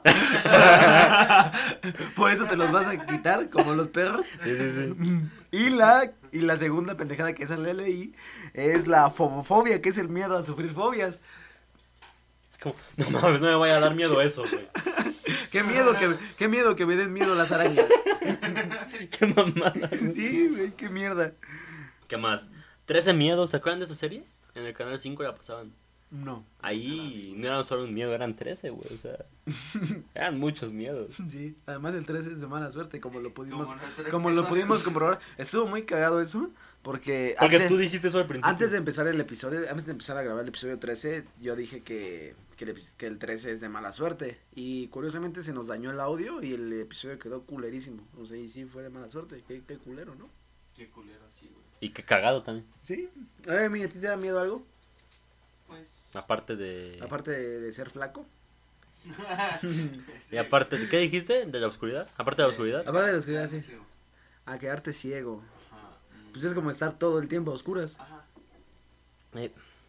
Por eso te los vas a quitar, como los perros. Sí, sí, sí. Y la segunda pendejada que esa le leí es la fobofobia, que es el miedo a sufrir fobias. Es como, no mames, no me vaya a dar miedo eso, güey. Qué miedo que me den miedo las arañas. Qué mamada. Sí, güey, qué mierda. ¿Qué más? 13 miedos, ¿se acuerdan de esa serie? En el canal 5 la pasaban. No. Ahí no eran solo un miedo, eran 13, güey. O sea, eran muchos miedos. Sí, además el 13 es de mala suerte, como lo pudimos Como comprobar. Estuvo muy cagado eso, porque Porque tú dijiste eso al principio. antes de empezar el episodio, antes de empezar a grabar el episodio 13, yo dije que el 13 es de mala suerte. Y curiosamente se nos dañó el audio y el episodio quedó culerísimo. O sea, y sí fue de mala suerte. Qué culero, ¿no? Qué culero, sí, güey. Y qué cagado también. Sí. ¿A ti te da miedo algo? Pues. Aparte de... Aparte de ser flaco. Y aparte de... ¿Qué dijiste? ¿De la oscuridad? Aparte de la oscuridad. Aparte de la oscuridad, sí. Sí. A quedarte ciego. Ajá. Pues es como estar todo el tiempo a oscuras. Ajá. Eh,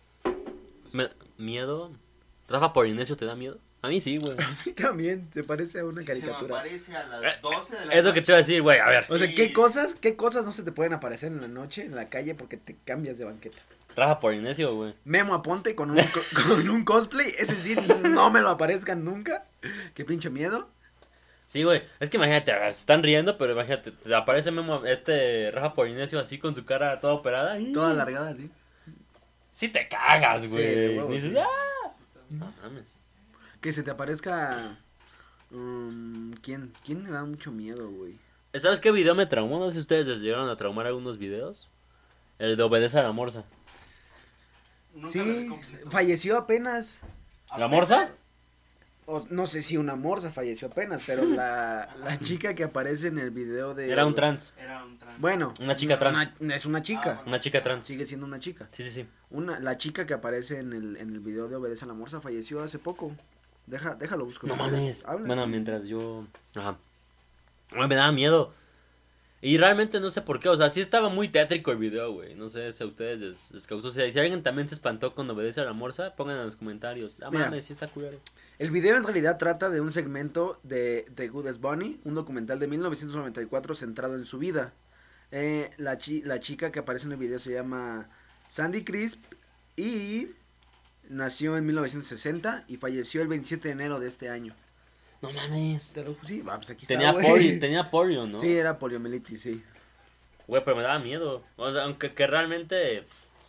miedo. ¿Rafa Polinesio te da miedo? A mí sí, güey. A mí también, se parece a una Sí, se me caricatura. aparece a las 12 de la Es lo que te iba a decir, güey. A ver. O sea, Sí. ¿qué cosas no se te pueden aparecer en la noche, en la calle, porque te cambias de banqueta? Rafa Polinesio, güey. Memo Aponte con con un cosplay, ese sí, no me lo aparezcan nunca. Qué pinche miedo. Sí, güey. Es que imagínate, se están riendo, pero imagínate, te aparece Memo, Rafa Polinesio así con su cara toda operada. Y... Toda alargada así. Sí te cagas, Sí, güey. de huevo, Dices, sí. ¡ah! No mames. Que se te aparezca. ¿Quién me da mucho miedo, güey? ¿Sabes qué video me traumó? No sé si ustedes les llegaron a traumar algunos videos. El de Obedece a la Morsa. Nunca lo vi Sí, completo. falleció apenas. ¿La morsa? O, no sé si una morsa falleció apenas, pero la chica que aparece en el video de. Era un trans. Era un trans. Bueno, Una chica trans. es una chica. Una chica trans. Sigue siendo una chica. Sí, sí, sí. La chica que aparece en el video de Obedece a la Morsa falleció hace poco. Déjalo busco. No si quieres. mames. Habla, Bueno, sí. mientras yo... Ajá. Ay, me daba miedo. Y realmente no sé por qué. O sea, sí estaba muy tétrico el video, güey. No sé si a ustedes les causó. O sea, si alguien también se espantó con Obedece a la Morsa, pongan en los comentarios. Ah, Mira. mames, sí está culero. El video en realidad trata de un segmento de The Goodest Bunny, un documental de 1994 centrado en su vida. La chica que aparece en el video se llama Sandy Crisp y nació en 1960 y falleció el 27 de enero de este año. No mames. Sí, pues aquí Tenía está, güey. polio, ¿no? Sí, era poliomielitis, sí. Güey, pero me daba miedo. O sea, aunque que realmente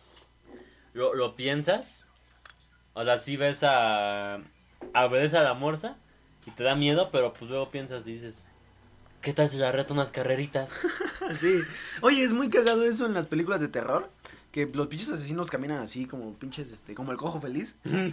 lo piensas. O sea, sí ves a Obedece a la Morsa y te da miedo, pero pues luego piensas y dices, ¿qué tal si la reto unas carreritas? Sí. Oye, es muy cagado eso en las películas de terror. Que los pinches asesinos caminan así como pinches, como el cojo feliz.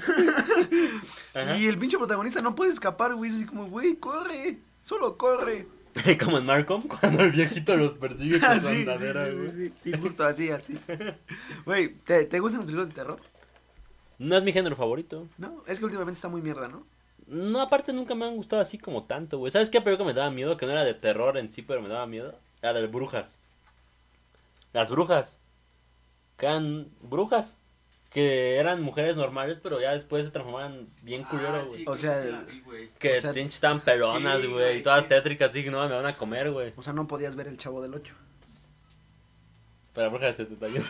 Ajá. Y el pinche protagonista no puede escapar, güey. Es así como, güey, corre. Solo corre. Como en Malcolm, cuando el viejito los persigue con su Sí, andadera, güey. sí, justo así. Güey, ¿te gustan las películas de terror? No es mi género favorito. No, es que últimamente está muy mierda, ¿no? No, aparte nunca me han gustado así como tanto, güey. ¿Sabes qué película me daba miedo? Que no era de terror en sí, pero me daba miedo. Era de brujas. Las brujas. Que eran brujas. Que eran mujeres normales, pero ya después se transformaban bien culero, güey. Sí, O sea, sí la vi, güey. Que o sea, pinches estaban pelonas, sí, güey, güey, y todas sí. tétricas, así que no, me van a comer, güey. O sea, no podías ver el Chavo del 8. Pero la bruja de 71.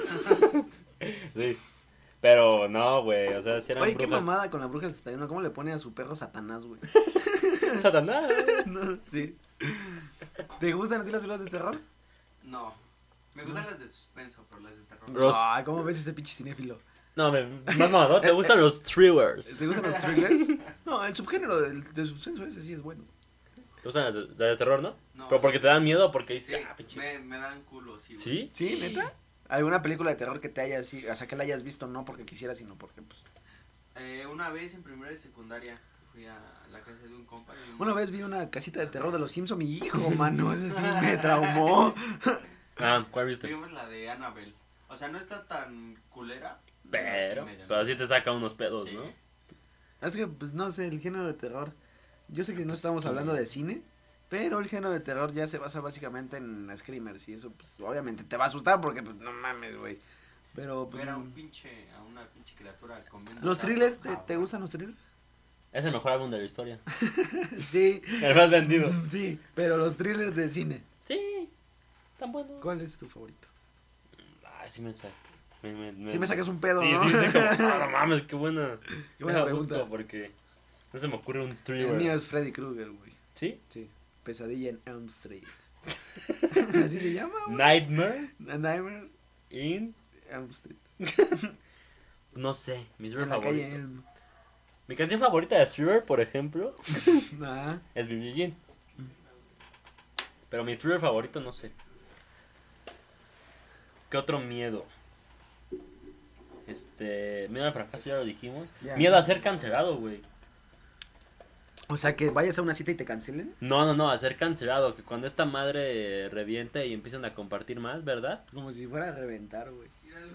Sí. Pero no, güey, o sea, si eran Oye, qué brujas. mamada con la bruja del 71. ¿Cómo le pone a su perro Satanás, güey? Satanás. No, sí. ¿Te gustan a ti las películas de terror? No. Me gustan las de suspenso, pero las de terror. Los- Ay, ¿cómo ves ese pinche cinéfilo? No, más no, ¿te gustan los thrillers? ¿Te gustan los thrillers? No, el subgénero del suspenso ese sí es bueno. ¿Te gustan las de terror, no? No. Pero porque te dan miedo o porque Sí, dices, ah, pinche. me dan culo, sí, güey. ¿Sí? ¿Sí, neta? ¿Alguna película de terror que te haya así, o sea, que la hayas visto no porque quisieras, sino porque, pues... Una vez en primera y secundaria fui a la casa de un compa. y Una vez vi una casita de terror de los Simpson, mi hijo, mano, ese sí me traumó. Ah, ¿cuál viste? Vimos la de Annabelle. O sea, no está tan culera. Pero, sí me dio pero miedo. sí te saca unos pedos, Sí. ¿no? Es que, pues, no sé, el género de terror, yo sé que no Pues, estamos sí. hablando de cine, pero el género de terror ya se basa básicamente en screamers y eso, pues, obviamente te va a asustar porque, pues, no mames, güey. Pero, pues, Ver a una pinche criatura comiendo. ¿los thrillers te gustan los thrillers? Es el mejor álbum de la historia. Sí. El más vendido. Sí, pero los thrillers de cine. Sí, tan bueno. ¿Cuál es tu favorito? Ay, sí me saca. Si me sacas un pedo, Sí, ¿no? sí, sí, como, no mames, qué buena. Qué buena Deja, pregunta. busco porque no se me ocurre un El thriller. mío es Freddy Krueger, güey. ¿Sí? Sí. Pesadilla en Elm Street. ¿Así se llama, güey? Nightmare A Nightmare in... Elm Street. No sé, mi thriller En la calle favorito. Elm. Mi canción favorita de thriller, por ejemplo, Ah. es Billie Jean. Pero mi thriller favorito no sé. ¿Qué otro miedo? Miedo al fracaso, ya lo dijimos. Ya. Miedo a ser cancelado, güey. O sea, que vayas a una cita y te cancelen. No, a ser cancelado. Que cuando esta madre reviente y empiezan a compartir más, ¿verdad? Como si fuera a reventar, güey.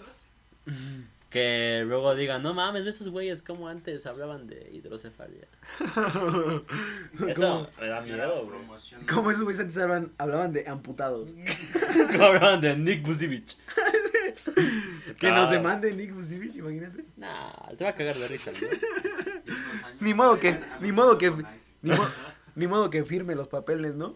Que luego digan, no mames, ve esos güeyes como antes hablaban de hidrocefalia. Eso me da miedo, güey. ¿Cómo esos güeyes antes hablaban de amputados? Como hablaban de Nick Vucevic. Que Ah. nos demande Nick Vucevic, imagínate. Nah, se va a cagar de risa, ¿no? Ni modo que firme los papeles, ¿no?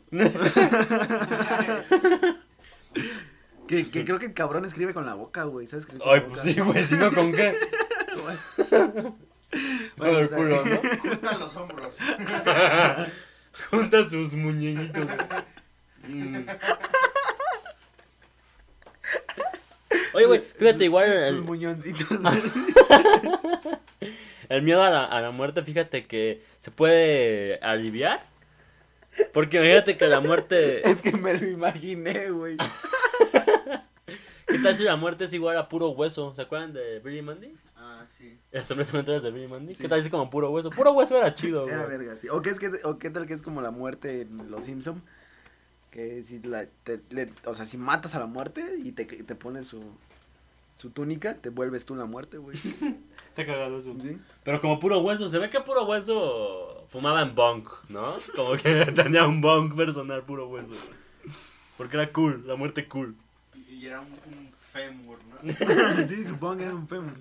que creo que el cabrón escribe con la boca, güey. ¿Sabes escribir con Ay, la pues boca? sí, güey, si no, ¿con qué? Con el culo, ¿no? Junta los hombros. Junta sus muñequitos, güey. Oye, güey, fíjate, igual Sus muñoncitos. el miedo a la muerte, fíjate que se puede aliviar. Porque imagínate que la muerte... Es que me lo imaginé, güey. ¿Qué tal si la muerte es igual a puro hueso? ¿Se acuerdan de Billy Mandy? Ah, sí. Los hombres cementerios de Billy Mandy. Sí. ¿Qué tal si como puro hueso? Puro hueso era chido, güey. Era verga, sí. O qué tal que es como la muerte en Los Simpson. Que si o sea, si matas a la muerte y te pones su túnica, te vuelves tú la muerte, güey. Está cagado eso. ¿Sí? Pero como puro hueso, se ve que puro hueso fumaba en bong, ¿no? Como que tenía un bong personal puro hueso. Porque era cool, la muerte cool. Y era un fémur, ¿no? Sí, supongo que era un fémur.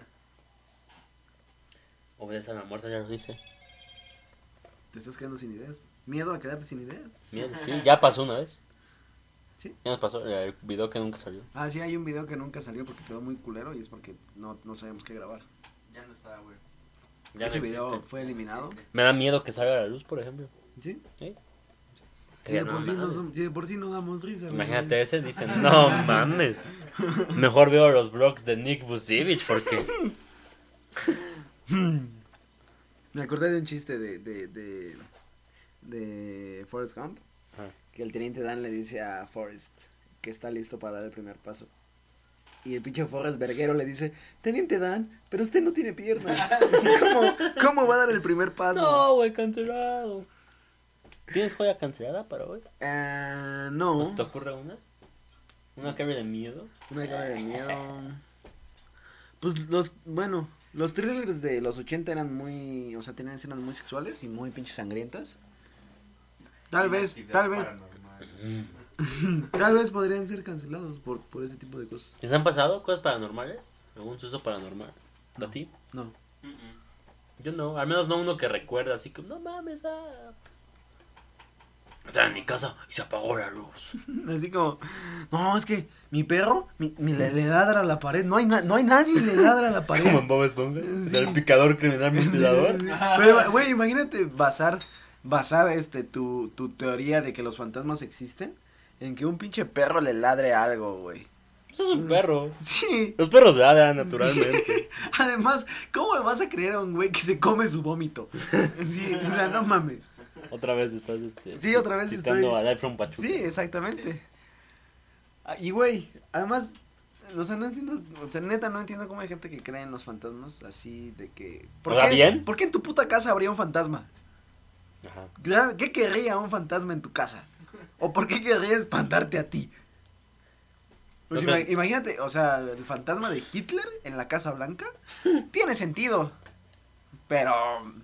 Obedece a la muerte, ya lo dije. Te estás quedando sin ideas. Miedo a quedarte sin ideas. Miedo, sí, ya pasó una vez. Sí. Ya nos pasó el video que nunca salió. Ah, sí, hay un video que nunca salió porque quedó muy culero y es porque no sabíamos qué grabar. Ya no está, güey. Ya Ese no video existe. fue eliminado. Me da miedo que salga a la luz, por ejemplo. ¿Sí? ¿Sí? Si de, No por sí mames. si de por sí no damos risa. güey. Imagínate ese, dicen, no mames. Mejor veo los vlogs de Nick Vucevic porque... Me acordé de un chiste de Forrest Gump. Ajá. Que el teniente Dan le dice a Forrest que está listo para dar el primer paso. Y el pinche Forrest verguero le dice, Teniente Dan, pero usted no tiene piernas. ¿Cómo va a dar el primer paso? No, güey, cancelado. ¿Tienes joya cancelada para hoy? No. ¿No se te ocurre una? ¿Una que hable de miedo? Una cara de miedo. Pues los thrillers de los 80 eran muy, o sea, tenían escenas muy sexuales y muy pinches sangrientas. Tal vez podrían ser cancelados por ese tipo de cosas. ¿Les han pasado cosas paranormales? ¿Algún suceso paranormal? ¿A ti? No. Yo no, al menos no uno que recuerda así como, no mames, estaba en mi casa y se apagó la luz. Así como, no, es que mi perro le ladra a la pared, no hay nadie le ladra a la pared. Como en Bob Esponja, del picador criminal mutilador. Pero, güey, imagínate basar tu teoría de que los fantasmas existen en que un pinche perro le ladre algo, güey. Eso es un perro. Sí. Los perros ladran naturalmente. Además, ¿cómo le vas a creer a un güey que se come su vómito? Sí, o sea, no mames. Otra vez estás Sí, otra vez citando estoy- a Live from Pachuca. Sí, exactamente. Y güey, además, o sea, no entiendo, o sea, neta no entiendo cómo hay gente que cree en los fantasmas así de que... O sea, bien. ¿Por qué en tu puta casa habría un fantasma? Ajá. Claro, ¿qué querría un fantasma en tu casa? ¿O por qué querría espantarte a ti? Pues Yo creo- imagínate, o sea, el fantasma de Hitler en la Casa Blanca tiene sentido. Pero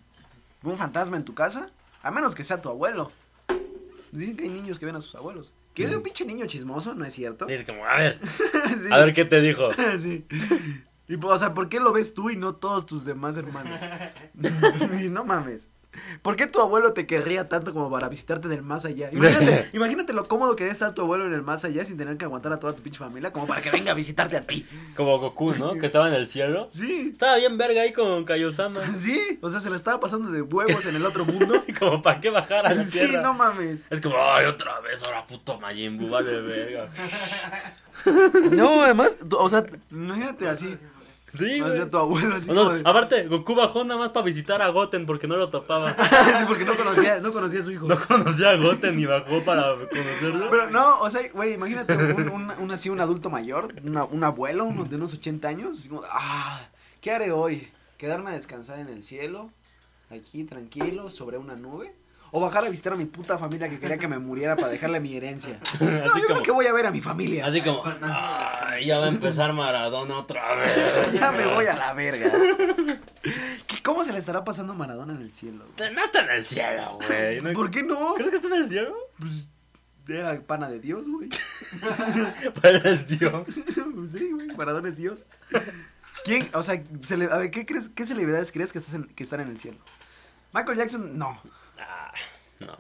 un fantasma en tu casa, a menos que sea tu abuelo. Dicen que hay niños que ven a sus abuelos. Que era un pinche niño chismoso, ¿no es cierto? Sí, es como, a ver, Sí. a ver qué te dijo. Sí. Y, o sea, ¿por qué lo ves tú y no todos tus demás hermanos? Y no mames. ¿Por qué tu abuelo te querría tanto como para visitarte del más allá? Imagínate lo cómodo que debe estar tu abuelo en el más allá sin tener que aguantar a toda tu pinche familia como para que venga a visitarte a ti. Como Goku, ¿no? Que estaba en el cielo. Sí. Estaba bien verga ahí con Kaiosama. Sí, o sea, se le estaba pasando de huevos en el otro mundo. Como para qué bajar a la Sí, tierra. no mames. Es como, ay, otra vez, ahora puto Majin Buu, vale verga. No, además, o sea, imagínate así. Sí, O güey. sea, tu abuelo así O no, como de- aparte, Goku bajó nada más para visitar a Goten porque no lo topaba. Sí, porque no conocía a su hijo. No conocía a Goten y bajó para conocerlo. Pero no, o sea, güey, imagínate así un adulto mayor, un abuelo, uno de unos 80 años, así como, ¿qué haré hoy? ¿Quedarme a descansar en el cielo? Aquí, tranquilo, sobre una nube. O bajar a visitar a mi puta familia que quería que me muriera para dejarle mi herencia. No, Así yo creo como, que voy a ver a mi familia. así como, ay, ya va a empezar Maradona otra vez. Ya me voy a la verga. ¿Cómo se le estará pasando a Maradona en el cielo? No está en el cielo, güey. No- ¿Por qué no? ¿Crees que está en el cielo? Pues era pana de Dios, güey. Pues es Dios. Sí, güey, Maradona es Dios. ¿Quién? O sea, a ver, ¿qué celebridades crees que están en el cielo? Michael Jackson, no. No.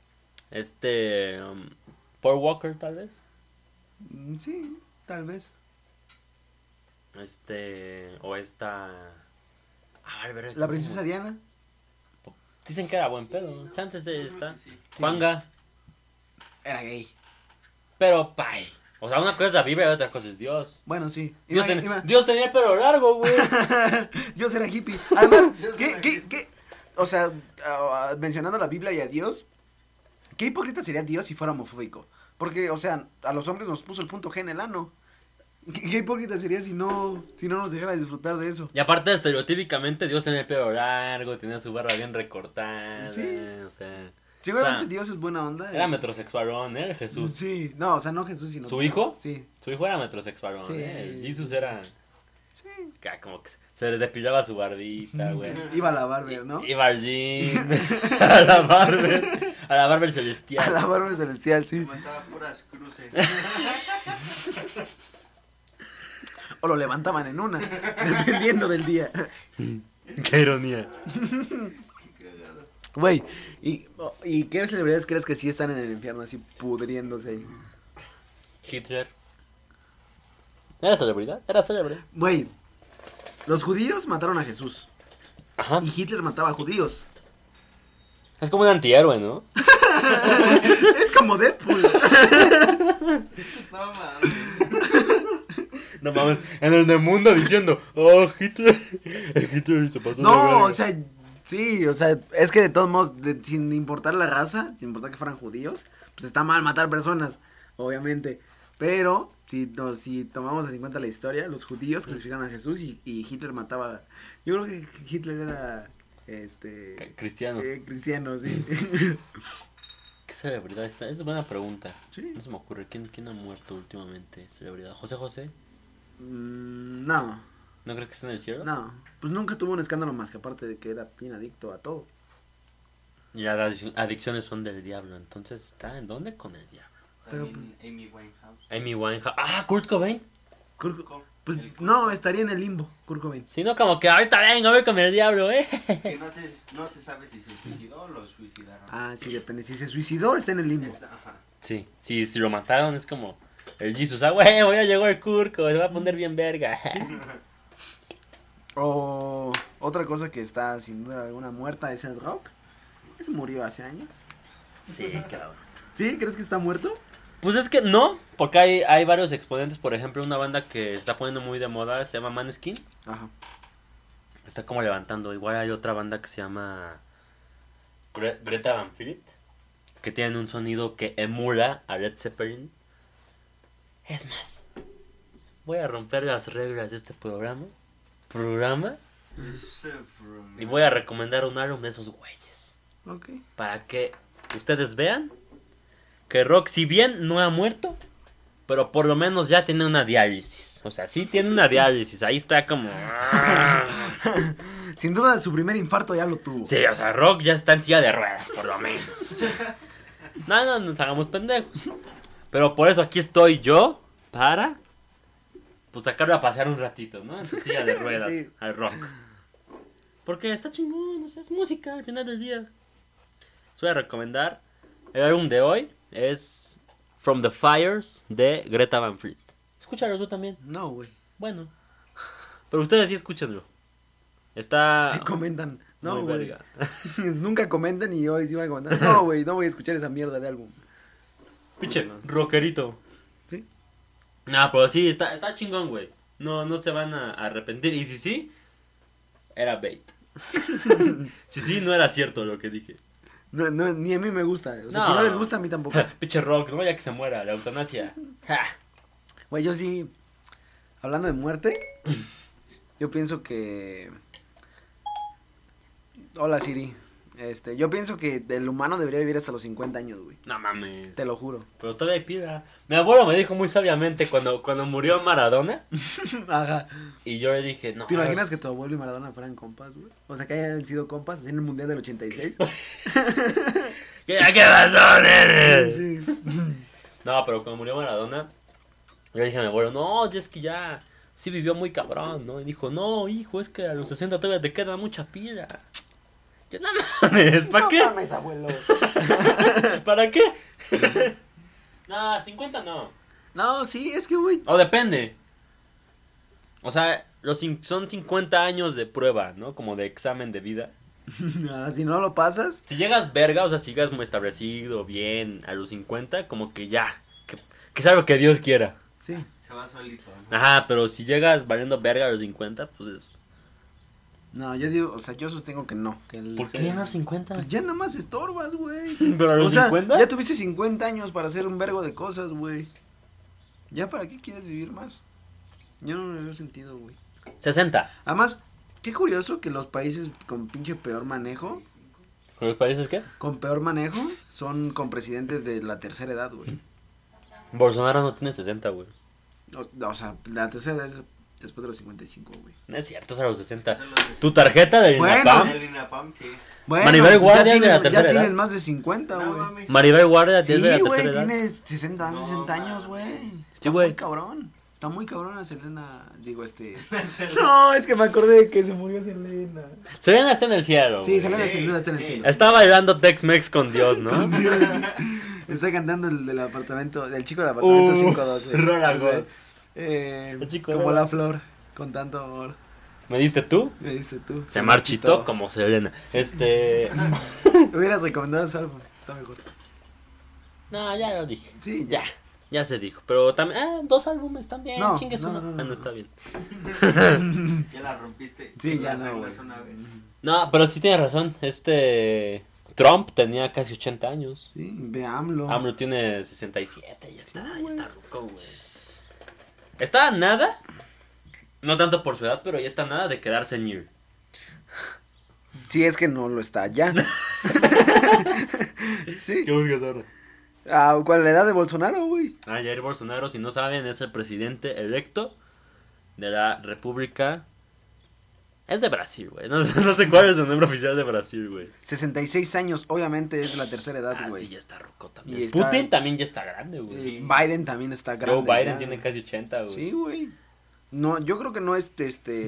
Paul Walker, tal vez. Sí, tal vez. O esta. A ver, La princesa Diana. Dicen que era buen pedo. Chances de está. Sí. Juanga. Era gay. Pero, pay. O sea, una cosa es la Biblia y otra cosa es Dios. Bueno, sí. Dios tenía el pelo largo, güey. Dios era hippie. Además, Dios era ¿qué? O sea, mencionando la Biblia y a Dios, ¿qué hipócrita sería Dios si fuera homofóbico? Porque, o sea, a los hombres nos puso el punto G en el ano. ¿Qué hipócrita sería si no nos dejara disfrutar de eso? Y aparte, estereotípicamente, Dios tenía el pelo largo, tenía su barba bien recortada. Sí. O sea, Seguramente o sea, Dios es buena onda. era metrosexualón, ¿eh? Jesús. Sí, no, o sea, no Jesús, sino ¿Su Dios. hijo? Sí. Su hijo era metrosexualón, Sí. ¿eh? Jesús era. Sí. Como que se les depilaba su barbita, güey. Iba a la barber, ¿no? Iba al gym, a la barber celestial. A la barber celestial, sí. Levantaba puras cruces. O lo levantaban en una, dependiendo del día. Qué ironía. Güey, ¿y qué celebridades crees que sí están en el infierno así pudriéndose ahí? Hitler. ¿Era celebridad? Era célebre. Güey, los judíos mataron a Jesús Ajá. y Hitler mataba a judíos. Es como un antihéroe, ¿no? Es como Deadpool. No mames. No mames, en el mundo diciendo, oh, Hitler se pasó de No, verga. o sea, sí, o sea, es que de todos modos, sin importar la raza, sin importar que fueran judíos, pues está mal matar personas, obviamente. Pero, si tomamos en cuenta la historia, los judíos crucificaron a Jesús y Hitler mataba. Yo creo que Hitler era, Cristiano. cristiano, sí. ¿Qué celebridad está? Es buena pregunta. Sí. No se me ocurre. ¿Quién ha muerto últimamente? ¿Celebridad? ¿José? No, ¿No crees que está en el cielo? no, pues nunca tuvo un escándalo más que aparte de que era bien adicto a todo. Y las adicciones son del diablo. Entonces, ¿está en dónde? Con el diablo. Pero, También Amy Winehouse. Amy Winehouse. Ah, Kurt Cobain. Pues El- no, estaría en el limbo, Kurt Cobain. Si no, como que ahorita vengo a ver con el diablo, ¿eh? Que no se sabe si se suicidó o lo suicidaron. Ah, sí, depende. Si se suicidó, está en el limbo. Ajá. Sí, si lo mataron es como el Jesus. Ah, güey, ya llegó el Kurko, se va a poner bien verga. O otra cosa que está sin duda alguna muerta es el rock. Ese murió hace años. Sí, cabrón. ¿Sí? ¿Crees que está muerto? Pues es que no, porque hay varios exponentes. Por ejemplo, una banda que se está poniendo muy de moda se llama Maneskin. Ajá. Está como levantando. Igual hay otra banda que se llama Greta Van Fleet, que tienen un sonido que emula a Led Zeppelin. Es más, voy a romper las reglas de este programa y voy a recomendar un álbum de esos güeyes. Ok. Para que ustedes vean que Rock, si bien no ha muerto, pero por lo menos ya tiene una diálisis. O sea, sí tiene una diálisis. Ahí está como... Sin duda su primer infarto ya lo tuvo. Sí, o sea, Rock ya está en silla de ruedas, por lo menos. O sea, no nos hagamos pendejos. Pero por eso aquí estoy yo para pues sacarlo a pasear un ratito, ¿no? En su silla de ruedas, Sí. al rock. Porque está chingón, o sea, es música al final del día. Les voy a recomendar. El álbum de hoy es From the Fires de Greta Van Fleet. Escúchalo tú también. No, güey. Bueno. Pero ustedes sí escúchenlo. Está Te comentan. No, muy güey. verga. Nunca comentan y hoy sí van a comentar. No, güey, no voy a escuchar esa mierda de álbum. Pinche rockerito. ¿Sí? No, pero sí, está chingón, güey. No se van a arrepentir. Y si sí, era bait. Si sí, no era cierto lo que dije. No, ni a mí me gusta. O sea, No. si no les gusta, a mí tampoco. Pinche rock, no, ya que se muera, la eutanasia. Ja. Güey, yo sí. Hablando de muerte, yo pienso que. Hola, Siri. Yo pienso que el humano debería vivir hasta los 50 años, güey. No mames. Te lo juro. Pero todavía hay pila. Mi abuelo me dijo muy sabiamente cuando murió Maradona. Ajá. Y yo le dije, no. ¿Te imaginas que tu abuelo y Maradona fueran compas, güey? O sea, que hayan sido compas en el Mundial del 86. ¿Qué pasó, nene? Sí. No, pero cuando murió Maradona, yo le dije a mi abuelo, no, es que ya sí vivió muy cabrón, ¿no? Y dijo, no, hijo, es que a los 60 todavía te queda mucha pila. Yo, no mames, ¿para qué? No mames, abuelo. ¿Para qué? No, 50 no. No, sí, es que, güey. O depende. O sea, son 50 años de prueba, ¿no? Como de examen de vida. Si no lo pasas. Si llegas verga, o sea, si llegas muy establecido, bien, a los 50, como que ya. Que sea lo que Dios quiera. Sí. Se va solito, ¿no? Ajá, pero si llegas valiendo verga a los 50, pues es... No, yo digo, o sea, yo sostengo que no. Que ¿Por qué a los 50? Pues ya nada más estorbas, güey. ¿Pero a los O sea, 50? ya tuviste 50 años para hacer un vergo de cosas, güey. ¿Ya para qué quieres vivir más? Yo no le veo sentido, güey. 60. Además, qué curioso que los países con pinche peor manejo, ¿Con los países qué? son con presidentes de la tercera edad, güey. Bolsonaro no tiene 60, güey. O sea, la tercera edad es después de los 55, güey. No es cierto, es a los 60. Eso es lo que Tu tarjeta de Bueno. INAPAM. El INAPAM, sí. Bueno, Maribel Guardia es de la ya tercera tienes edad. más de 50, No güey. mames. Maribel Guardia Sí, es de la güey, tercera edad. tiene 60, No 60 años, mames. güey. Sí, Está güey. muy cabrón. Está muy cabrón a Selena, No, es que me acordé de que se murió Selena. Selena está en el cielo. Sí, güey. Selena Sí, sin duda está en el sí. cielo. Está bailando Tex-Mex con Dios, ¿no? Está cantando el del apartamento, del chico del apartamento 512. rola, güey. El chico como rola. la flor, con tanto amor. ¿Me diste tú? Me diste tú. Se marchitó como Selena. Hubieras recomendado su álbum, está mejor. No, ya lo dije. Sí, Ya se dijo. Pero también, 2 álbumes también. No, Chingue su no, madre. no, no, Bueno, no. está bien. Ya la rompiste. Sí, La ya no, arreglas güey. una vez. No, pero sí tienes razón. Trump tenía casi 80 años. Sí, ve AMLO. AMLO tiene 67. Ya está ruco, güey. Está a nada. No tanto por su edad, pero ya está a nada de quedar señor. Sí, es que no lo está ya. Sí. ¿Qué buscas ahora? ¿Cuál la edad de Bolsonaro, güey? Jair Bolsonaro, si no saben, es el presidente electo de la República. Es de Brasil, güey. No sé cuál es el nombre oficial de Brasil, güey. 66 años, obviamente es la tercera edad, Ah, güey. sí, ya está roco también. Y está- Putin también ya está grande, güey. Sí. Biden también está grande. Joe Biden ya. tiene casi 80, güey. Sí, güey. No, yo creo que no es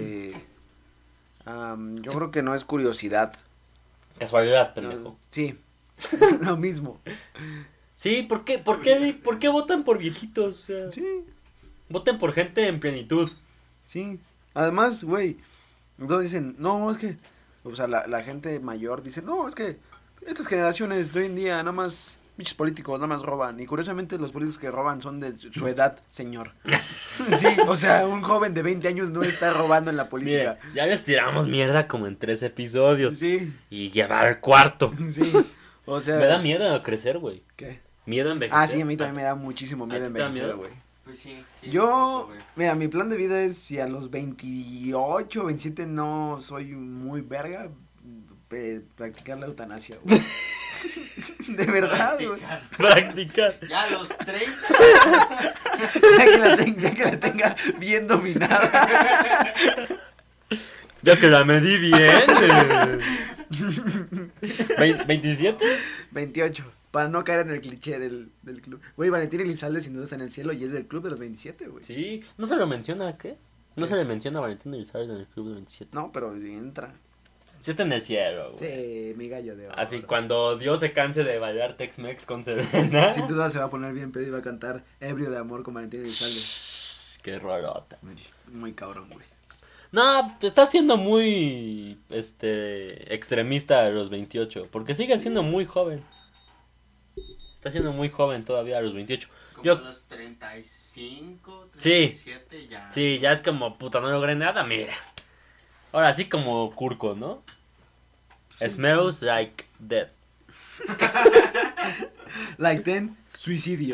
yo creo que no es curiosidad. Casualidad, pendejo. Sí. Lo mismo. Sí, ¿por qué votan por viejitos? O sea, Sí, voten por gente en plenitud. sí. Además, güey, todos dicen, no, es que, o sea, la gente mayor dice, no, es que estas generaciones de hoy en día nada más, muchos políticos nada más roban. Y curiosamente los políticos que roban son de su edad, señor. Sí, o sea, un joven de 20 años no está robando en la política. Mire, ya les tiramos mierda como en 3 episodios. Sí, Y llevar el cuarto. sí. O sea, Me da miedo crecer, güey. ¿qué? Miedo a envejecer. Ah, sí, a mí también me da muchísimo miedo ¿A ti te da envejecer, miedo? güey. Pues sí, sí. Yo, un poco, güey. mira, mi plan de vida es si a los 28, 27 no soy muy verga, practicar la eutanasia, güey. De verdad, güey. Practicar. Ya a los 30. Ya que la tenga bien dominada. Ya que la medí bien. ¿27? 28. Para no caer en el cliché del club. Güey, Valentín Elizalde sin duda está en el cielo y es del club de los 27, güey. Sí, ¿no se lo menciona qué? ¿No se le menciona a Valentín Elizalde en el club de 27? No, pero entra. Sí está en el cielo, güey. Sí, mi gallo de oro. Así, cuando Dios se canse de bailar Tex-Mex con Selena. Sin duda se va a poner bien pedo y va a cantar Ebrio de amor con Valentín Elizalde. Qué rolota. Muy cabrón, güey. No, está siendo muy, extremista a los 28, porque sigue siendo muy joven. Está siendo muy joven todavía a los 28. Como Yo, a los 35, Sí. 37 ya. sí, ya es como, puta, no logré nada, mira. Ahora sí como Kurko, ¿no? Smells like death. Like ten, suicidio.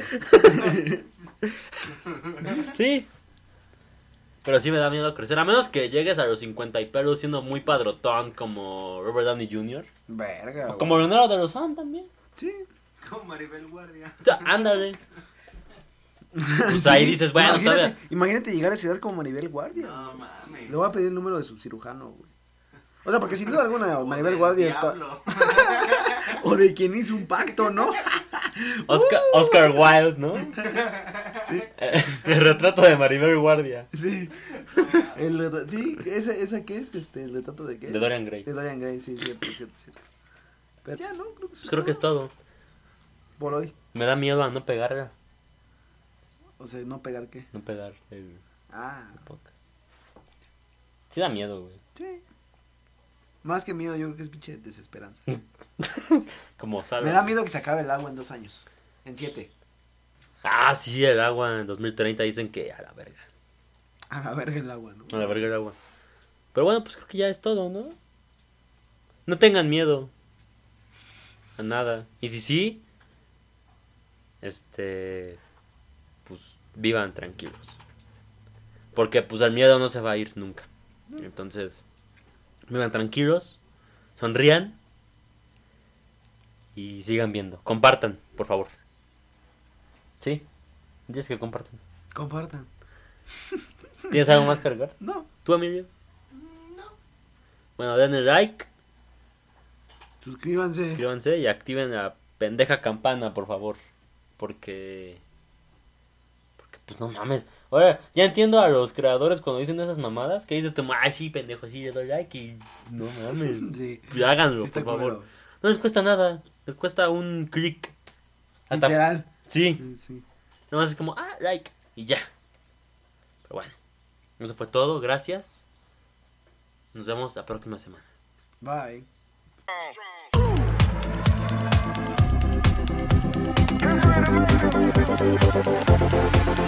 Sí. Pero sí me da miedo crecer. A menos que llegues a los 50 y pelos siendo muy padrotón como Robert Downey Jr. Verga, O güey. como Leonardo de Lozán también. Sí. Como Maribel Guardia. O sea, ándale. Pues ahí dices, bueno, imagínate, todavía. imagínate llegar a esa edad como Maribel Guardia. No mames. Le voy a pedir el número de su cirujano, güey. O sea, porque sin duda alguna Maribel Guardia está... O de quien hizo un pacto, ¿no? Oscar Wilde, ¿no? Sí. El retrato de Maribel Guardia. Sí. Sí, ¿esa qué es? ¿El retrato de qué? De Dorian Gray. De Dorian Gray, sí, cierto. Pero ya, ¿no? Creo que, Pues creo que es todo. por hoy. Me da miedo a no pegarla. O sea, no pegar qué. No pegar el Ah, podcast. Sí da miedo, güey. sí. Más que miedo, yo creo que es pinche desesperanza. Como sabes. Me da miedo que se acabe el agua en 2 años. En 7. Ah, sí, el agua en 2030 dicen que a la verga. A la verga el agua, ¿no? A la verga el agua. Pero bueno, pues creo que ya es todo, ¿no? No tengan miedo. A nada. Y si sí, pues vivan tranquilos. Porque pues el miedo no se va a ir nunca. Entonces, vivan tranquilos, sonrían y sigan viendo. Compartan, por favor. ¿Sí? Dices que compartan. Compartan. ¿Tienes algo más que agregar? No. ¿Tú, Emilio? Bueno, denle like, Suscríbanse. suscríbanse y activen la pendeja campana, por favor. Porque pues no mames. Ahora, ya entiendo a los creadores cuando dicen esas mamadas. Que dices tú, ay, sí, pendejo, sí, le doy like y no mames. Sí. Pues háganlo, Sí está por favor. culero. No les cuesta nada. Les cuesta un clic. Hasta... Literal. Sí. Sí. Nada más es como, like. Y ya. Pero bueno. Eso fue todo. Gracias. Nos vemos la próxima semana. Bye. Strong.